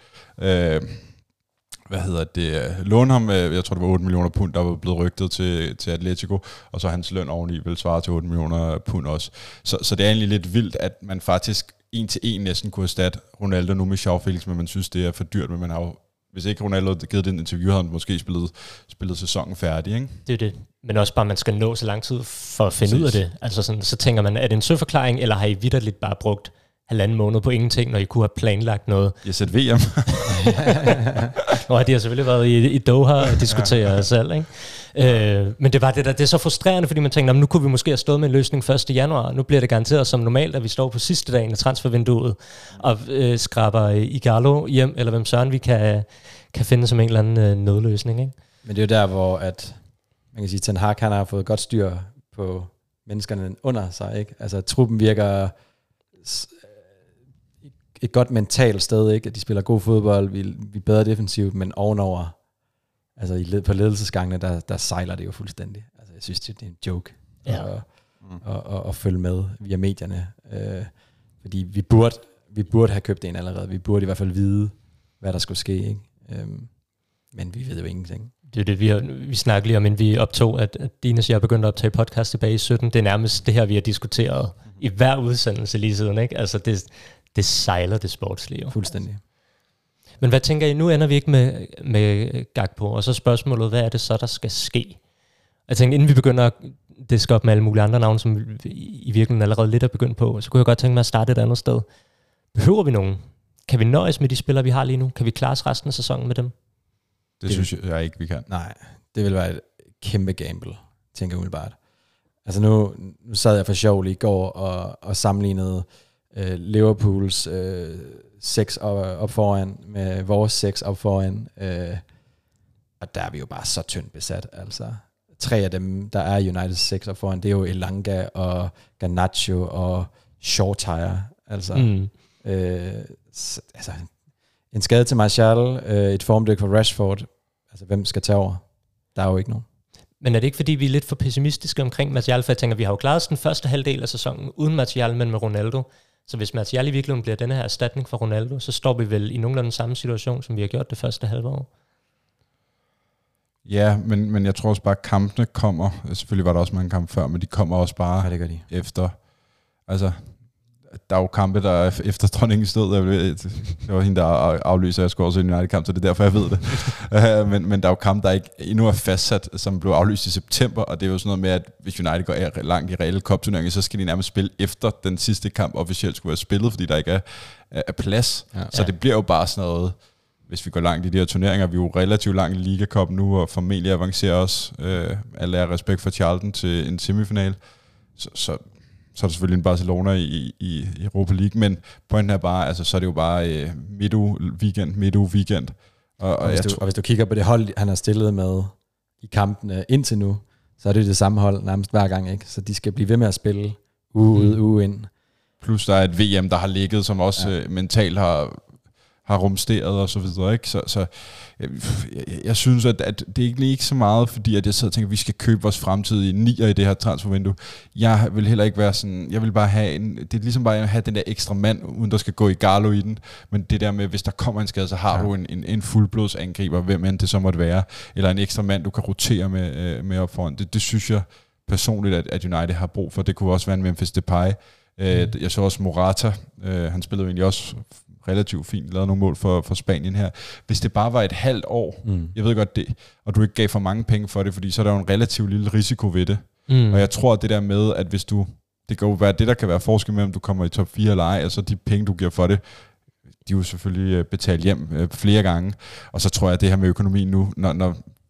D: låne ham, jeg tror det var 8 millioner pund, der var blevet rygtet til Atletico, og så hans løn oveni vil svare til 8 millioner pund også. Så det er egentlig lidt vildt, at man faktisk 1-1 næsten kunne erstatte Ronaldo nu med João Felix, men man synes, det er for dyrt, men man har jo, hvis ikke Ronaldo havde givet den interview, havde han måske spillet sæsonen færdig, ikke?
B: Det er det. Men også bare, man skal nå så lang tid for at finde ud af det. Altså sådan, så tænker man, er det en søforklaring, eller har I vitterligt bare brugt 1,5 måned på ingenting, når I kunne have planlagt noget?
D: Jeg sætter VM.
B: Nå, de har selvfølgelig været i Doha og diskuteret selv, ikke? Men det var det er så frustrerende, fordi man tænkte, nu kunne vi måske have stået med en løsning 1. januar. Nu bliver det garanteret som normalt, at vi står på sidste dagen af transfervinduet og skraber Ighalo hjem, eller hvem søren vi kan finde som en eller anden nødløsning, ikke?
C: Men det er jo der, hvor at, man kan sige, Ten Hag, han har fået godt styr på menneskerne under sig, ikke? Altså, truppen virker et godt mentalt sted, ikke? At de spiller god fodbold, vi er bedre defensivt, men ovenover, altså på ledelsesgangene, der sejler det jo fuldstændig. Altså, jeg synes, det er en joke at følge med via medierne. Fordi vi burde have købt en allerede. Vi burde i hvert fald vide, hvad der skulle ske, ikke? Men vi ved jo ingenting.
B: Det er det, vi snakkede lige om, inden vi optog, at Dines og jeg begyndte at optage podcast tilbage i 17. Det er nærmest det her, vi har diskuteret i hver udsendelse lige siden, ikke? Altså, det sejler det sportslige.
C: Fuldstændig.
B: Men hvad tænker I? Nu ender vi ikke med Gakpo, og så spørgsmålet, hvad er det så, der skal ske? Jeg tænker, inden vi begynder at diske op med alle mulige andre navne, som i virkeligheden allerede lidt er begyndt på, så kunne jeg godt tænke mig at starte et andet sted. Behøver vi nogen? Kan vi nøjes med de spillere, vi har lige nu? Kan vi klare resten af sæsonen med dem?
D: Det synes jeg ikke, vi kan.
C: Nej, det vil være et kæmpe gamble, tænker jeg umiddelbart. Altså nu sad jeg for sjov lige i går og sammenlignede Liverpools 6 op foran med vores 6 op foran. Og der er vi jo bare så tyndt besat. Altså 3 af dem, der er United 6 op foran, det er jo Elanga og Garnacho og Shortire. Altså, altså en skade til Martial, et formdyk for Rashford. Altså, hvem skal tage over? Der er jo ikke nogen.
B: Men er det ikke, fordi vi er lidt for pessimistiske omkring Martial? For jeg tænker, vi har jo klaret den første halvdel af sæsonen uden Martial, men med Ronaldo. Så hvis Martial i virkeligheden bliver denne her erstatning for Ronaldo, så står vi vel i nogenlunde samme situation, som vi har gjort det første halve år.
D: Ja, men jeg tror også bare, at kampene kommer. Selvfølgelig var der også mange kampe før, men de kommer også bare efter. Altså, der er jo kampe, der er efter dronningens død. Det var hende, der aflyser, jeg skulle også i en United-kamp, så det er derfor, jeg ved det. men der er jo kampe, der ikke endnu er fastsat, som blev aflyst i september, og det er jo sådan noget med, at hvis United går langt i reelle cup-turneringer, så skal de nærmest spille efter den sidste kamp officielt skulle være spillet, fordi der ikke er plads. Ja. Så det bliver jo bare sådan noget, hvis vi går langt i de her turneringer. Vi er jo relativt langt i Liga Cup nu, og formentlig avancerer også, alle er respekt for Charlton til en semifinal. Så er der selvfølgelig en Barcelona i Europa League, men pointen er bare, altså så er det jo bare midt-uge-weekend. Og
C: hvis du kigger på det hold, han har stillet med i kampene indtil nu, så er det det samme hold nærmest hver gang, ikke? Så de skal blive ved med at spille uge ud, uge ind.
D: Plus der er et VM, der har ligget, som også mentalt har rumsteret og så videre, ikke? Så jeg synes, at det er egentlig ikke så meget, fordi at jeg sidder og tænker, at vi skal købe vores fremtidige nier i det her transfervindue. Jeg vil heller ikke være sådan, jeg vil bare have det er ligesom bare at have den der ekstra mand, uden der skal gå i Ighalo i den, men det der med, hvis der kommer en skade, så har du en fuldblodsangriber, hvem end det så måtte være, eller en ekstra mand, du kan rotere med op foran. Det synes jeg personligt, at United har brug for. Det kunne også være en Memphis Depay. Jeg så også Morata, han spillede jo egentlig også relativt fint, lavede nogle mål for Spanien her. Hvis det bare var et halvt år, jeg ved godt det, og du ikke gav for mange penge for det, fordi så er der jo en relativt lille risiko ved det. Og jeg tror, at det der med, at hvis du, det kan jo være det, der kan være forskel mellem, du kommer i top 4 eller ej, og så de penge, du giver for det, de er jo selvfølgelig betalt hjem flere gange. Og så tror jeg, at det her med økonomi nu, når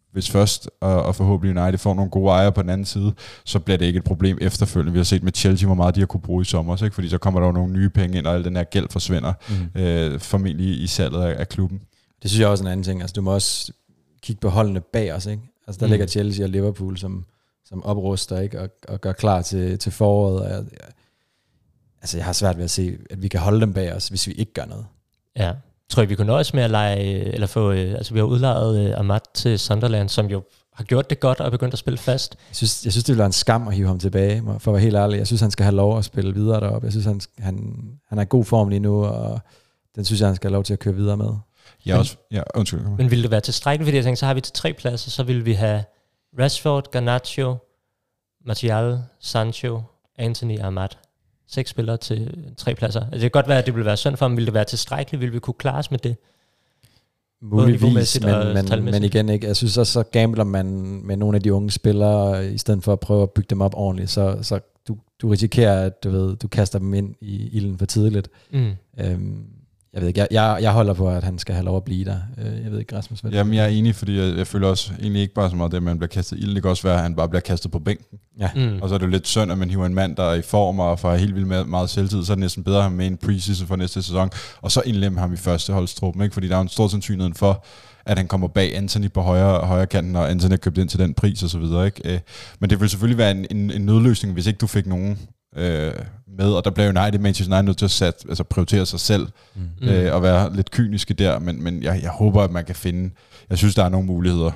D: hvis først og forhåbentlig United får nogle gode ejere på den anden side, så bliver det ikke et problem efterfølgende. Vi har set med Chelsea, hvor meget de har kunne bruge i sommer, ikke? Fordi så kommer der jo nogle nye penge ind, og al den her gæld forsvinder formentlig i salget af klubben.
C: Det synes jeg også er en anden ting. Altså, du må også kigge på holdene bag os, ikke? Altså, der ligger Chelsea og Liverpool, som opruster, ikke? Og gør klar til foråret. Og jeg har svært ved at se, at vi kan holde dem bag os, hvis vi ikke gør noget.
B: Ja. Tror I, vi kunne nøjes med at vi har udlejet Ahmad til Sunderland, som jo har gjort det godt og begyndt at spille fast.
C: Jeg synes, det ville være en skam at hive ham tilbage, for at være helt ærlig. Jeg synes, han skal have lov at spille videre deroppe. Jeg synes, han er i god form lige nu, og den synes jeg, han skal have lov til at køre videre med.
D: Undskyld.
B: Men ville det være tilstrækkeligt, fordi jeg tænkte, så har vi til 3 pladser, så ville vi have Rashford, Garnacho, Martial, Sancho, Anthony, Ahmad. 6 spillere til 3 pladser. Altså, det kan godt være, at det ville være synd for ham. Ville det være tilstrækkeligt? Ville vi kunne klare os med det?
C: Muligvis, men igen ikke. Jeg synes også, så gambler man med nogle af de unge spillere, i stedet for at prøve at bygge dem op ordentligt. Så du risikerer, at du kaster dem ind i ilden for tidligt. Jeg ved ikke, jeg holder på, at han skal have lov at blive der. Jeg ved ikke, Rasmus, hvad
D: Jamen, jeg er enig, fordi jeg føler også egentlig ikke bare så meget det, at man bliver kastet i ilden. Det kan også være, at han bare bliver kastet på bænken. Ja. Og så er det jo lidt synd, at man hiver en mand, der er i form og får helt vildt meget selvtid. Så er det næsten bedre at have med en preseason for næste sæson. Og så indlemme ham i førsteholdstruppen, ikke? Fordi der er en stor sandsynlighed for, at han kommer bag Anthony på højre kanten, og Anthony er købt ind til den pris og så videre, ikke? Men det vil selvfølgelig være en nødløsning, hvis ikke du fik nogen med, og der blev Manchester United nødt til at prioritere sig selv og være lidt kyniske der, men jeg håber, at man kan finde, jeg synes, der er nogle muligheder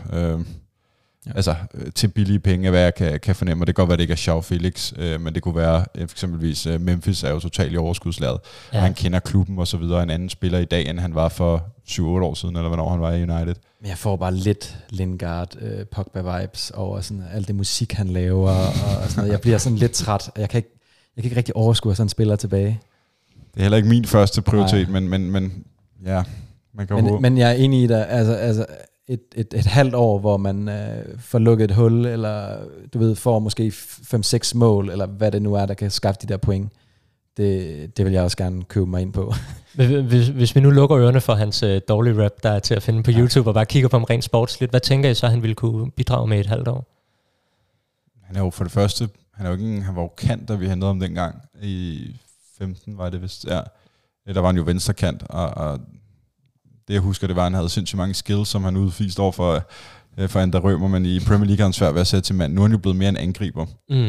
D: til billige penge, hvad jeg kan fornemme, og det kan godt være, at det ikke er João Felix, men det kunne være for eksempelvis Memphis er jo totalt i overskudslaget, og han kender klubben og så videre, en anden spiller i dag, end han var for 7-8 år siden, eller hvornår han var i United.
C: Men jeg får bare lidt Lingard, Pogba-vibes over sådan alt det musik, han laver, og sådan noget. Jeg bliver sådan lidt træt, og jeg kan ikke rigtig overskue sådan en spiller tilbage.
D: Det er heller ikke min første prioritet, men ja, man kan håbe.
C: Men jeg er enig i dig, altså et halvt år, hvor man får lukket et hul, eller du ved, får måske 5-6 mål, eller hvad det nu er, der kan skaffe de der point. Det vil jeg også gerne købe mig ind på.
B: Hvis vi nu lukker ørerne for hans dårlige rap, der er til at finde på YouTube, og bare kigger på ham rent sportsligt, hvad tænker I så, han ville kunne bidrage med et halvt år?
D: Han er jo for det første, han var jo kant, da vi hentede ham dengang. I 15 var det vist. Ja. Der var han jo venstre kant, og det jeg husker, det var, at han havde sindssygt mange skills, som han udviste over for Ander Rømer, men i Premier League er han svært ved at sætte til mand. Nu er han jo blevet mere en angriber.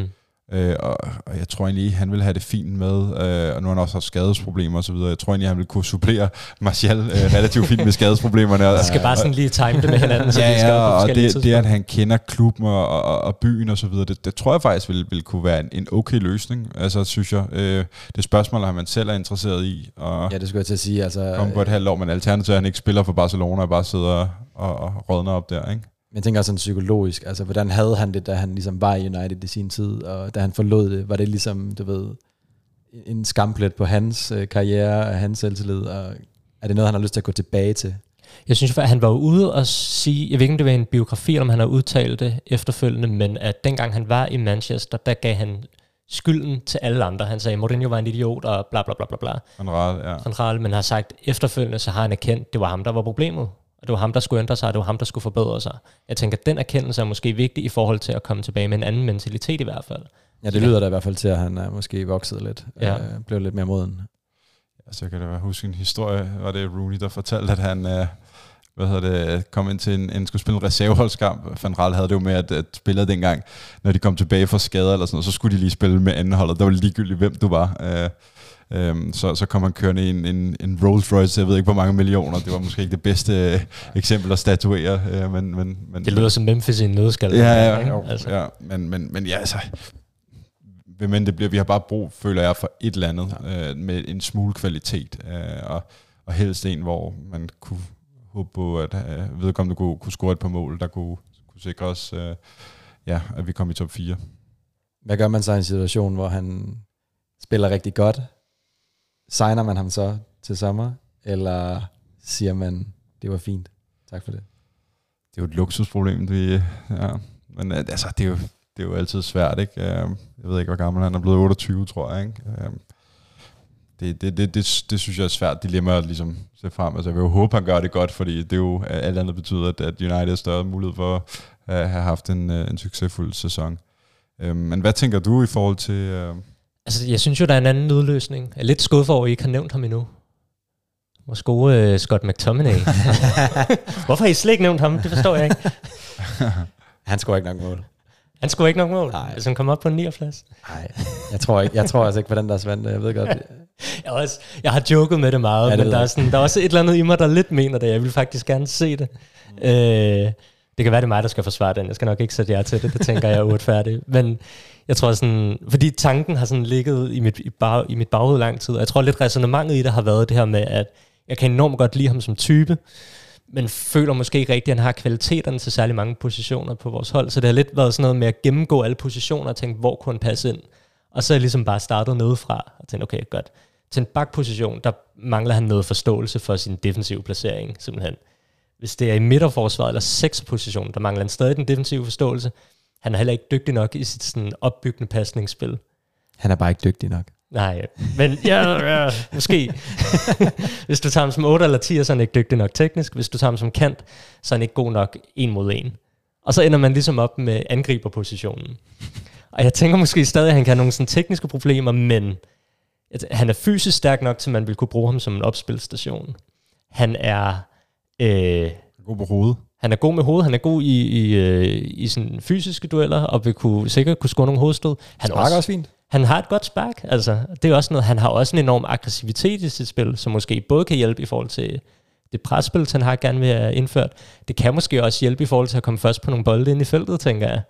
D: Og jeg tror egentlig, han ville have det fint med, og nu har han også haft skadesproblemer og så videre. Jeg tror egentlig, han ville kunne supplere Martial relativt fint med skadesproblemerne.
B: Det skal bare sådan lige time det med hinanden. Så
D: og det at han kender klubben og byen og så videre, det tror jeg faktisk ville kunne være en okay løsning. Altså, synes jeg. Det spørgsmål, om man selv er interesseret i. Og
C: ja, det skulle jeg til at sige. Altså,
D: komme på et halvt år, men alternativt at han ikke spiller for Barcelona og bare sidder og rådner op der, ikke?
C: Jeg tænker også sådan psykologisk, altså hvordan havde han det, da han ligesom var i United i sin tid, og da han forlod det, var det ligesom, du ved, en skamplet på hans karriere og hans selvtillid, og er det noget, han har lyst til at gå tilbage til?
B: Jeg synes, at han var ude og sige, jeg ved ikke, om det var en biografi, om han har udtalt det efterfølgende, men at dengang han var i Manchester, der gav han skylden til alle andre. Han sagde, Mourinho var en idiot, og bla bla bla bla bla. Central, men har sagt efterfølgende, så har han erkendt, det var ham, der var problemet. Og det var ham, der skulle ændre sig, og det var ham, der skulle forbedre sig. Jeg tænker, at den erkendelse er måske vigtig i forhold til at komme tilbage med en anden mentalitet i hvert fald.
C: Ja, det lyder da i hvert fald til, at han er måske vokset lidt. Ja. Blev lidt mere moden.
D: Altså, jeg kan da huske en historie, var det Rooney, der fortalte, at han kom ind til en skulle spille en reserveholdskamp. Van Raal havde det jo med, at spillere dengang, når de kom tilbage fra skader eller sådan noget, så skulle de lige spille med andenholdet. Der var ligegyldigt, hvem du var. Så kom han kørende i en Rolls Royce, jeg ved ikke hvor mange millioner. Det var måske ikke det bedste eksempel at statuere, men
B: det lyder som Memphis i en nødskal.
D: Ja, men ja, altså, men det bliver, vi har bare brug, føler jeg, for et eller andet med en smule kvalitet, og helst en, hvor man kunne håbe på, at vedkommende kunne score et par mål, der kunne sikre os, at vi kom i top 4.
C: Hvad gør man så i en situation, hvor han spiller rigtig godt? Signer man ham så til sommer, eller siger man, det var fint, tak for det?
D: Det er jo et luksusproblem, men altså, det er jo altid svært, ikke? Jeg ved ikke, hvor gammel han er blevet, 28, tror jeg, ikke? Det synes jeg er svært dilemma at ligesom se frem. Altså, jeg vil jo håbe, han gør det godt, fordi det jo alt andet betyder, at United er større mulighed for at have haft en succesfuld sæson. Men hvad tænker du i forhold til...
B: Altså, jeg synes jo, der er en anden udløsning. Jeg er lidt skuffet over, at I ikke har nævnt ham endnu. Vores gode Scott McTominay. Hvorfor har I slet ikke nævnt ham? Det forstår jeg ikke.
C: Han scorer ikke nok mål.
B: Han scorer ikke nok mål,
C: Nej.
B: hvis han kommer op på en 9. plads.
C: Nej, jeg tror altså ikke på den der Svend. Jeg ved godt.
B: Jeg har joket med det meget, ja, det men der er også et eller andet i mig, der lidt mener det. Jeg vil faktisk gerne se det. Det kan være, det er mig, der skal forsvare den. Jeg skal nok ikke sætte jer til det. Det tænker jeg er uretfærdigt. Men jeg tror sådan, fordi tanken har sådan ligget i mit baghoved lang tid, og jeg tror lidt ræsonnementet i det har været det her med, at jeg kan enormt godt lide ham som type, men føler måske ikke rigtigt, at han har kvaliteterne til særlig mange positioner på vores hold. Så det har lidt været sådan noget med at gennemgå alle positioner og tænke, hvor kunne han passe ind? Og så er jeg ligesom bare startet nedefra og tænkt, okay, godt. Til en bakposition, der mangler han noget forståelse for sin defensive placering, simpelthen. Hvis det er i midterforsvaret eller 6-position, der mangler han stadig den defensive forståelse. Han er heller ikke dygtig nok i sit sådan opbyggende pasningsspil.
C: Han er bare ikke dygtig nok.
B: Nej, men ja, måske. Hvis du tager ham som 8 eller 10, så er han ikke dygtig nok teknisk. Hvis du tager ham som kant, så er han ikke god nok 1 mod 1. Og så ender man ligesom op med angriberpositionen. Og jeg tænker måske stadig, at han kan have nogle sådan tekniske problemer, men han er fysisk stærk nok, til man vil kunne bruge ham som en opspilstation. Han er...
D: god på hovedet.
B: Han er god med hovedet, han er god i sådan fysiske dueller, og vil sikkert kunne score nogle hovedstød. Han
C: sparker også fint.
B: Han har et godt spark, altså. Det er også noget, han har også en enorm aggressivitet i sit spil, som måske både kan hjælpe i forhold til det presspil, han har gerne vil have indført. Det kan måske også hjælpe i forhold til at komme først på nogle bolde ind i feltet, tænker jeg.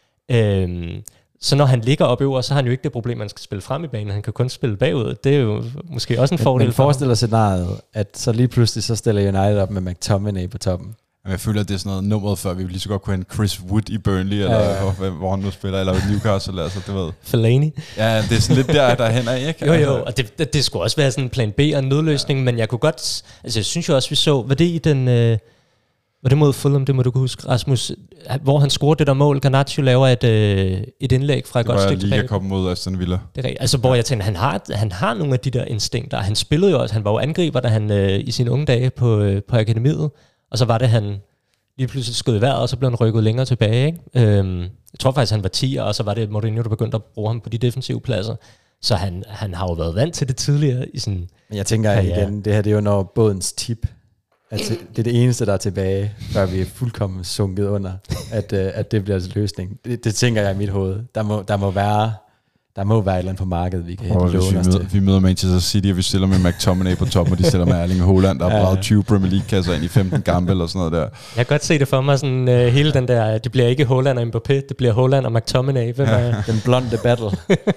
B: Så når han ligger op øver, så har han jo ikke det problem, at han skal spille frem i banen. Han kan kun spille bagud. Det er jo måske også en fordel for ham.
C: Men forestiller scenariet, at så lige pludselig så stiller United op med McTominay på toppen.
D: Jeg føler, at det er sådan noget nummeret, før vi lige så godt kunne have en Chris Wood i Burnley, eller hvor han nu spiller, eller Newcastle, altså, det ved.
B: Fellaini.
D: Ja, det er sådan lidt der hen af, ikke?
B: Jo, og det skulle også være sådan en plan B og en nødløsning, men jeg kunne godt, altså jeg synes jo også, vi så, var det i den, var det mod Fulham, det må du kunne huske, Rasmus, hvor han scorede det der mål, Garnacho laver et indlæg fra et godt stykke tilbage.
D: Det var Liga kommet mod Aston Villa.
B: Det er rigtigt, altså hvor jeg tænkte, han har nogle af de der instinkter, han spillede jo også, han var jo angriber, da han i sine unge dage på akademiet, og så var det, han lige pludselig skød i vejret, og så blev han rykket længere tilbage. Ikke? Jeg tror faktisk, han var 10'er, og så var det Mourinho, der begyndte at bruge ham på de defensive pladser. Så han har jo været vant til det tidligere i sin...
C: Men jeg tænker igen, det her det er jo når bådens tip. Altså, det er det eneste, der er tilbage, før vi er fuldkommen sunket under, at det bliver altså løsning. Det tænker jeg i mit hoved. Der må være et eller andet på markedet, vi kan låne os til.
D: Vi møder Manchester City, og vi stiller med McTominay på toppen, og de stiller med Erling Haaland, der har braget 20 Premier League-kasser ind i 15 kampe eller sådan noget der.
B: Jeg kan godt se det for mig, sådan hele den der, det bliver ikke Haaland og Mbappé, det bliver Haaland og McTominay. Hvem er...
C: Den blonde battle.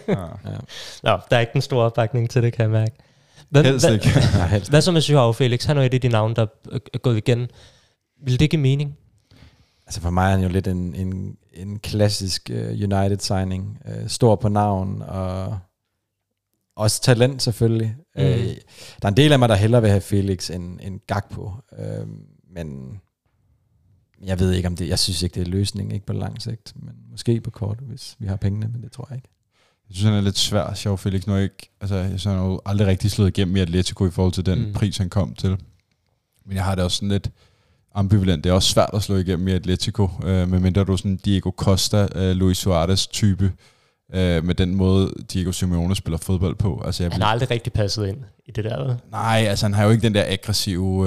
B: Nå, der er ikke den store opbakning til det, kan jeg mærke.
D: Helst ikke.
B: Hvad så med Joao Felix? Han er jo et af de navne, der er gået igen. Vil det give mening?
C: Altså for mig er han jo lidt en klassisk United-signing. Stor på navn, og også talent selvfølgelig. Der er en del af mig, der hellere vil have Felix end Gakpo. Men jeg ved ikke om det. Jeg synes ikke, det er løsning, ikke på lang sigt. Men måske på kort, hvis vi har pengene, men det tror jeg ikke.
D: Jeg synes, han er lidt svær, Joao Felix. Nu ikke, altså, jeg synes, han har jo aldrig rigtig slået igennem i Atletico i forhold til den pris, han kom til. Men jeg har det også sådan lidt ambivalent. Det er også svært at slå igennem i Atletico, medmindre du er sådan Diego Costa, Luis Suarez type, med den måde Diego Simeone spiller fodbold på. Altså,
B: han har aldrig rigtig passet ind i det der.
D: Nej, altså han har jo ikke den der aggressive,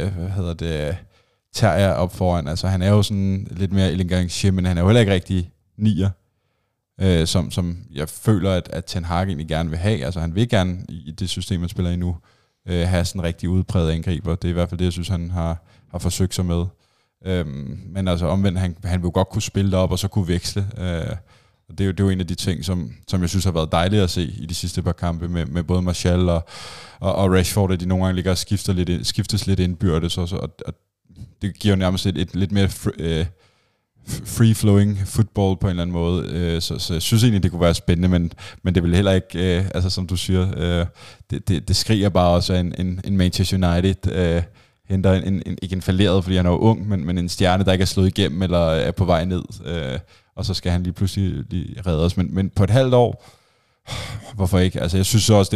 D: terrier op foran. Altså han er jo sådan lidt mere elegant, men han er jo heller ikke rigtig nier. Som jeg føler, at Ten Hag egentlig gerne vil have. Altså han vil gerne i det system, man spiller i nu, have sådan en rigtig udpræget angriber. Det er i hvert fald det, jeg synes, han har forsøgt sig med. Men altså omvendt, han vil godt kunne spille derop og så kunne veksle. Og det er jo en af de ting, som jeg synes har været dejligt at se i de sidste par kampe med både Martial og Rashford, at de nogle gange ligger og skiftes lidt indbyrdes. Og det giver jo nærmest et lidt mere free-flowing football på en eller anden måde. Så jeg synes egentlig, det kunne være spændende, men det vil heller ikke, altså som du siger, det skriger bare også af en Manchester United, henter ikke en falderet, fordi han er jo ung, men en stjerne, der ikke er slået igennem, eller er på vej ned, og så skal han lige pludselig redde os. Men på et halvt år, hvorfor ikke? Altså jeg synes også,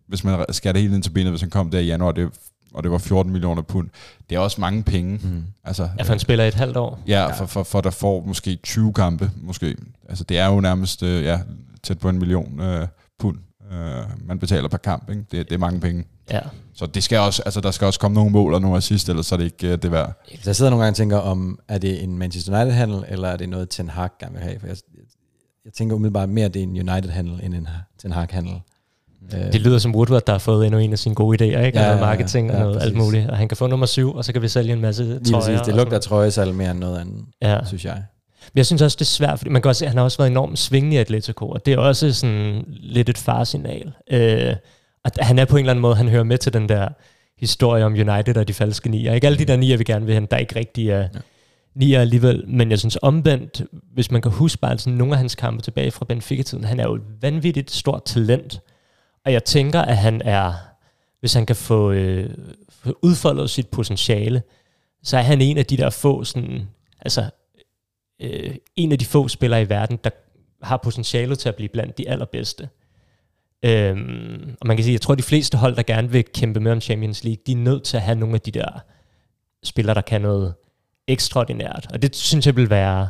D: hvis man skærer det helt ind til benet, hvis han kom der i januar, og det var 14 millioner pund. Det er også mange penge. Altså,
B: for han spiller et halvt år.
D: Ja, for der får måske 20 kampe, måske. Altså, det er jo nærmest tæt på 1 million pund, man betaler per kamp, ikke? Det er mange penge.
B: Ja.
D: Så det skal også, altså, der skal også komme nogle mål og nogle assist, ellers så er det ikke det værd.
C: Så jeg sidder nogle gange og tænker om, er det en Manchester United-handel, eller er det noget Ten Hag gerne vil have? For jeg tænker umiddelbart mere, at det er en United-handel, end en Ten Hag-handel.
B: Det lyder som Woodward, der har fået endnu en af sine gode idéer, ikke? Ja, noget marketing og noget alt muligt. Og han kan få nummer 7, og så kan vi sælge en masse trøjer.
C: Det lugter trøjesalg mere end noget andet, synes jeg.
B: Men jeg synes også, det er svært, fordi man kan også se, at han har også været enormt svingende i Atletico, og det er også sådan lidt et faresignal. At han er på en eller anden måde, han hører med til den der historie om United og de falske nier. Ikke alle de der nier, vi gerne vil hente, der ikke rigtig er nier alligevel, men jeg synes omvendt, hvis man kan huske bare sådan nogle af hans kampe tilbage fra Benfica-tiden, han er jo et vanvittigt stort talent, og jeg tænker, at han er, hvis han kan få udfoldet sit potentiale, så er han en af de der få sådan, altså en af de få spillere i verden, der har potentialet til at blive blandt de allerbedste. Og man kan sige, jeg tror, de fleste hold, der gerne vil kæmpe med om Champions League, de er nødt til at have nogle af de der spillere, der kan noget ekstraordinært. Og det synes jeg vil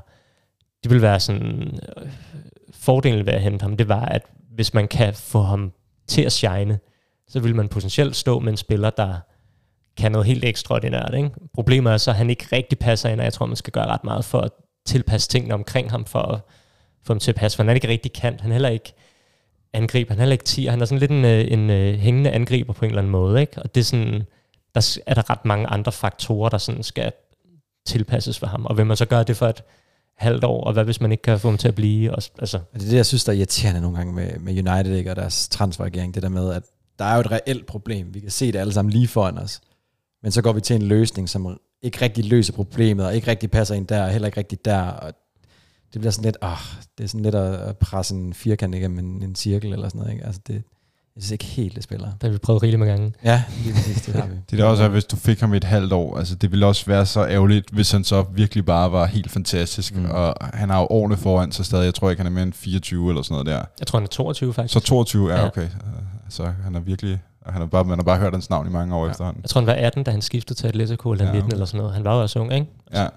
B: være sådan fordelen ved at hente ham, det var, at hvis man kan få ham til at shine, så vil man potentielt stå med en spiller, der kan noget helt ekstraordinært. Ikke? Problemet er så, at han ikke rigtig passer ind, og jeg tror, man skal gøre ret meget for at tilpasse tingene omkring ham, for at få ham til at passe, for han er ikke rigtig kant, han er heller ikke angriber, han er heller ikke 10, han er sådan lidt en hængende angriber på en eller anden måde, ikke? Og det er sådan, der er der ret mange andre faktorer, der sådan skal tilpasses for ham, og vil man så gøre det for et halvt år, og hvad hvis man ikke kan få ham til at blive? Altså.
C: Det er det, jeg synes, der er irriterende nogle gange med United, ikke, og deres transferregering, det der med, at der er jo et reelt problem, vi kan se det alle sammen lige foran os, men så går vi til en løsning, som ikke rigtig løser problemet, og ikke rigtig passer ind der, og heller ikke rigtig der, og det bliver sådan lidt, det er sådan lidt at presse en firkant igennem en cirkel eller sådan noget, ikke? Altså det, jeg synes ikke helt, det spiller.
B: Det har vi prøvet rigeligt med gange.
C: Ja, lige præcis, det har vi.
D: Det er også, at hvis du fik ham et halvt år, altså det ville også være så ærgerligt, hvis han så virkelig bare var helt fantastisk, og han har jo årene foran sig stadig, jeg tror ikke, han er mere end 24 eller sådan noget der.
B: Jeg tror, han er 22 faktisk.
D: Så 22, ja, okay. Så han er virkelig, man har bare hørt hans navn i mange år efterhånden.
B: Jeg tror, han var 18, da han skiftede til Atletico, eller 19 eller sådan noget. Han var jo også ung, ikke?
D: Ja.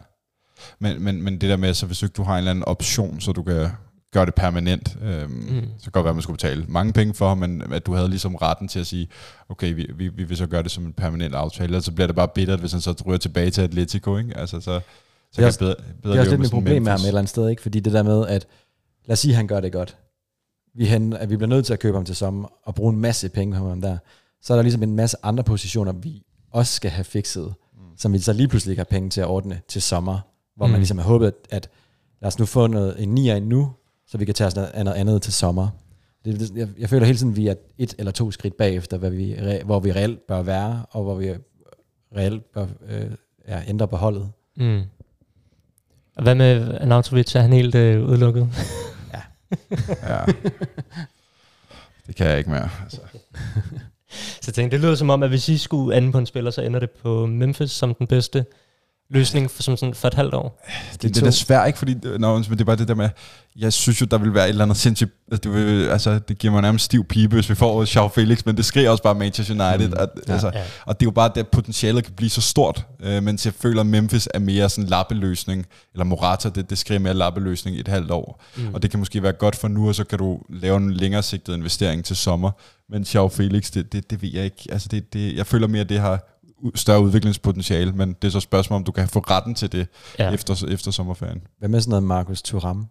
D: Men det der med, så hvis du har en eller anden option, så du kan gøre det permanent, så kan det være, at man skulle betale mange penge for, men at du havde ligesom retten til at sige, okay, vi vil så gøre det som en permanent aftale, og så bliver det bare bittert, hvis han så ryger tilbage til Atletico, ikke? Altså, så kan jeg bedre
C: det er også lidt et problem med ham et eller andet sted, ikke? Fordi det der med, at lad os sige, at han gør det godt. At vi bliver nødt til at købe ham til sommer, og bruge en masse penge på ham der. Så er der ligesom en masse andre positioner, vi også skal have fikset, som vi så lige pludselig ikke har penge til at ordne til sommer, hvor man ligesom har håbet, at lad os nu få en 9'er nu, så vi kan tage os noget andet til sommer. Jeg føler hele tiden, at vi er 1 eller 2 skridt bagefter, hvor vi reelt bør være, og hvor vi reelt bør ændre på holdet.
B: Og hvad med Arnautovic? Er han helt udelukket?
D: Ja. Det kan jeg ikke mere. Altså.
B: Så jeg tænkte, det lyder som om, at hvis I skulle ende på en spiller, så ender det på Memphis som den bedste løsning for et halvt år.
D: Det er svært, ikke? Fordi det er bare det der med, jeg synes jo, der vil være et eller andet sindssygt, det giver mig nærmest stiv pibe, hvis vi får Joao Felix, men det skriger også bare Manchester United. Og det er jo bare, at potentialet kan blive så stort, men jeg føler, at Memphis er mere sådan en lappeløsning, eller Morata, det skriger mere lappeløsning i et halvt år. Og det kan måske være godt for nu, og så kan du lave en længere sigtet investering til sommer. Men Joao Felix, det ved jeg ikke. Altså jeg føler mere, at det har større udviklingspotentiale, men det er så spørgsmål, om du kan få retten til det efter sommerferien.
C: Hvad med sådan noget Marcus Thuram?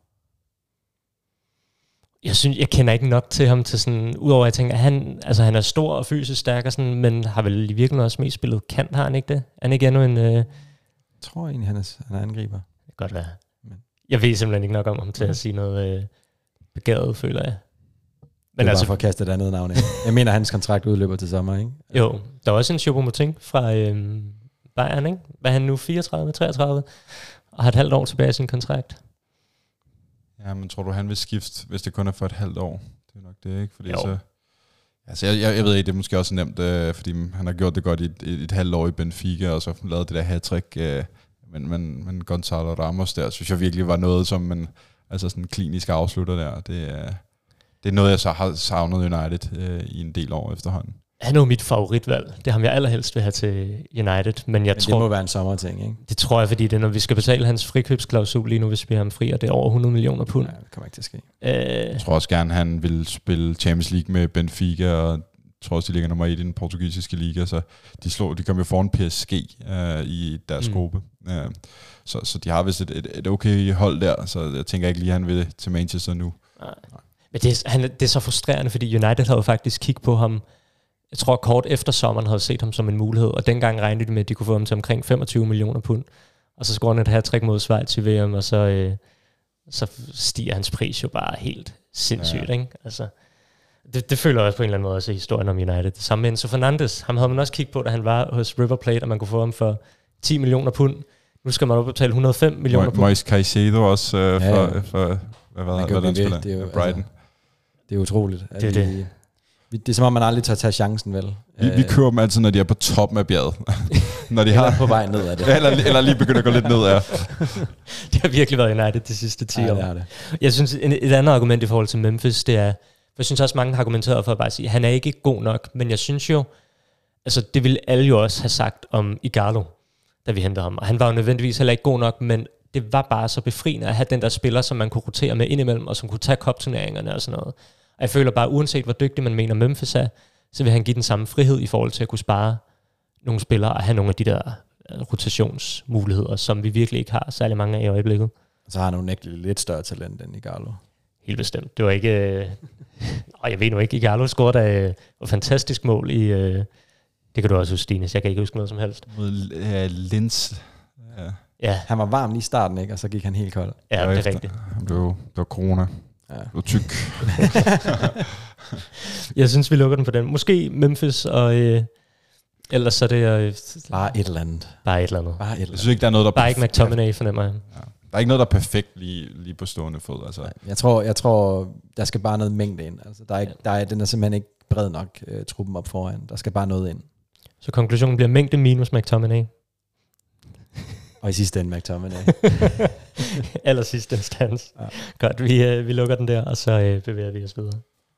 B: Jeg kender ikke nok til ham til sådan, udover at jeg tænker, han er stor og fysisk stærk og sådan, men har vel i virkeligheden også mest spillet kant, har han ikke det? Er han ikke endnu en... Jeg
C: tror egentlig, han er angriber.
B: Det kan godt være. Jeg ved simpelthen ikke nok om ham til at sige noget begavet, føler jeg.
C: Men det er altså, bare for at kaste et andet navn ind. Jeg mener, hans kontrakt udløber til sommer, ikke?
B: Jo, der er også en Choupo-Moting fra Bayern, ikke? Hvad er han nu? 34, 33? Og har et halvt år tilbage i sin kontrakt.
D: Ja, men tror du, han vil skifte, hvis det kun er for et halvt år? Det er nok det, ikke? Fordi så... Altså, jeg ved ikke, det er måske også nemt, fordi han har gjort det godt i et halvt år i Benfica, og så lavet det der hat-trick. Men Gonzalo Ramos der, synes jeg virkelig var noget, som man... Altså sådan en klinisk afslutter der, det er... Det er noget, jeg så har savnet United i en del år efterhånden.
B: Han er jo mit favoritvalg. Det er ham, jeg allerhelst vil have til United. Men jeg tror,
C: det må være en sommerting, ikke?
B: Det tror jeg, fordi det er, når vi skal betale hans frikøbsklausul lige nu, hvis vi har ham fri, og det er over 100 millioner pund.
C: Nej, det kommer ikke til at ske.
D: Jeg tror også gerne, han vil spille Champions League med Benfica, og jeg tror også, de ligger nummer 1 i den portugisiske liga, så de kom jo foran PSG i deres gruppe. Så de har vist et okay hold der, så jeg tænker ikke lige, han vil til Manchester nu.
B: Nej. Men det er så frustrerende, fordi United havde jo faktisk kigget på ham. Jeg tror kort efter sommeren havde set ham som en mulighed, og dengang regnede de med, at de kunne få ham til omkring 25 millioner pund. Og så scorer han et hat-trick mod Schweiz i VM, og så stiger hans pris jo bare helt sindssygt. Ikke? Altså, det føler jeg også på en eller anden måde også i historien om United. Det samme med Enzo Fernandes. Ham havde man også kigget på, da han var hos River Plate, og man kunne få ham for 10 millioner pund. Nu skal man betale 105 millioner pund.
D: Moise Caicedo også for hvad den spiller?
C: Det er jo,
D: Brighton.
C: Altså, det er utroligt.
B: Det
C: er som om, man aldrig tør tage chancen, vel?
D: Vi kører dem altid, når de er på toppen af bjerget. Når de
C: eller på vej ned af det.
D: eller lige begynder at gå lidt ned af.
B: Det har virkelig været United de sidste 10 år.
C: Det har det.
B: Jeg synes, et andet argument i forhold til Memphis, det er, jeg synes også, mange har argumenteret for at bare sige, at han er ikke god nok, men jeg synes jo, altså det ville alle jo også have sagt om Ighalo, da vi hentede ham. Og han var jo nødvendigvis heller ikke god nok, men det var bare så befriende at have den der spiller, som man kunne rotere med indimellem, og som kunne tage cup-turneringerne og sådan noget. Og jeg føler bare, uanset hvor dygtig man mener Memphis er, så vil han give den samme frihed i forhold til at kunne spare nogle spillere og have nogle af de der rotationsmuligheder, som vi virkelig ikke har særlig mange af i øjeblikket.
C: Så har han jo nægteligt lidt større talent end Ighalo.
B: Helt bestemt. Det var ikke... jeg ved nu ikke, Ighalo scorede da et fantastisk mål i... det kan du også huske, Stines. Jeg kan ikke huske noget som helst.
D: Linz.
B: Ja.
C: Han var varm lige i starten, ikke? Og så gik han helt kold.
B: Ja, det er rigtigt.
D: Det var corona. Ja. Det var tyk.
B: Jeg synes, vi lukker den på den. Måske Memphis, og ellers så er det...
C: Bare et eller andet.
D: Jeg synes ikke, der er noget, der...
B: Bare ikke McTominay, fornemmer jeg. Ja.
D: Der er ikke noget, der er perfekt lige på stående fod. Altså.
C: Jeg tror, der skal bare noget mængde ind. Altså, den er simpelthen ikke bred nok truppen op foran. Der skal bare noget ind.
B: Så konklusionen bliver mængde minus McTominay.
C: Og i sidste ende McTominay.
B: Aller sidste instans. Ja. Godt, vi lukker den der, og så bevæger vi os videre.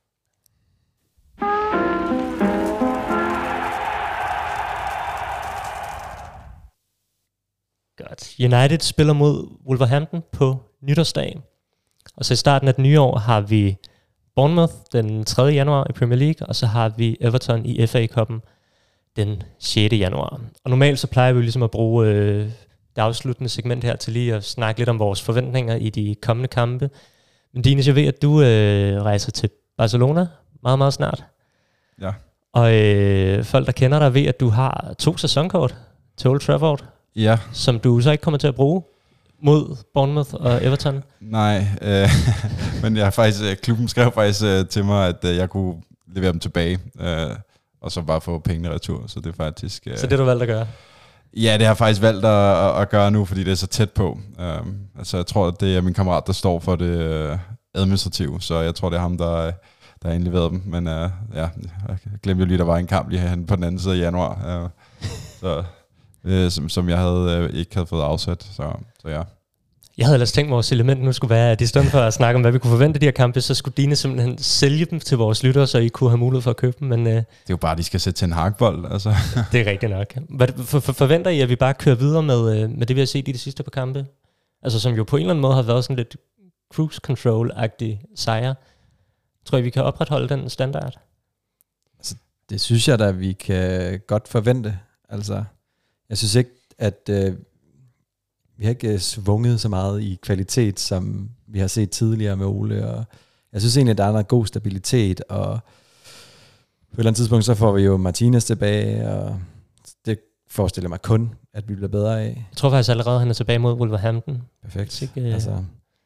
B: Godt. United spiller mod Wolverhampton på nytårsdagen. Og så i starten af det nye år har vi Bournemouth den 3. januar i Premier League, og så har vi Everton i FA-cuppen den 6. januar. Og normalt så plejer vi ligesom at bruge det afsluttende segment her til lige at snakke lidt om vores forventninger i de kommende kampe. Men Dines, jeg ved, at du rejser til Barcelona meget, meget snart.
D: Ja.
B: Og folk, der kender dig, ved, at du har 2 sæsonkort til Old Trafford.
D: Ja.
B: Som du så ikke kommer til at bruge mod Bournemouth og Everton.
D: Nej, men jeg har faktisk, klubben skrev faktisk til mig, at jeg kunne levere dem tilbage, og så bare få pengene retur. Så det er faktisk...
B: Så det du valgt at gøre?
D: Ja, det har jeg faktisk valgt at gøre nu, fordi det er så tæt på. Altså jeg tror, at det er min kammerat, der står for det administrative, så jeg tror, det er ham, der har indleveret dem. Men jeg glemte jo lige, der var en kamp lige herhen på den anden side af januar, som jeg ikke havde fået afsat, så ja. Jeg
B: havde ellers tænkt, at vores element nu skulle være, at i stedet for at snakke om, hvad vi kunne forvente af de her kampe, så skulle Dine simpelthen sælge dem til vores lyttere, så I kunne have mulighed for at købe dem. Men, det er
D: jo bare, de skal sætte til en hakbold. Altså.
B: Det er rigtigt nok. Forventer I, at vi bare kører videre med det, vi har set i de sidste par kampe? Altså som jo på en eller anden måde har været sådan lidt cruise control-agtig sejr. Tror I, vi kan opretholde den standard?
C: Altså, det synes jeg da, vi kan godt forvente. Altså, jeg synes ikke, at... vi har ikke svunget så meget i kvalitet, som vi har set tidligere med Ole, og jeg synes egentlig, at der er noget god stabilitet, og på et eller andet tidspunkt, så får vi jo Martinez tilbage, og det forestiller mig kun, at vi bliver bedre af. Jeg
B: tror faktisk allerede, han er tilbage mod Wolverhampton.
C: Perfekt. Altså,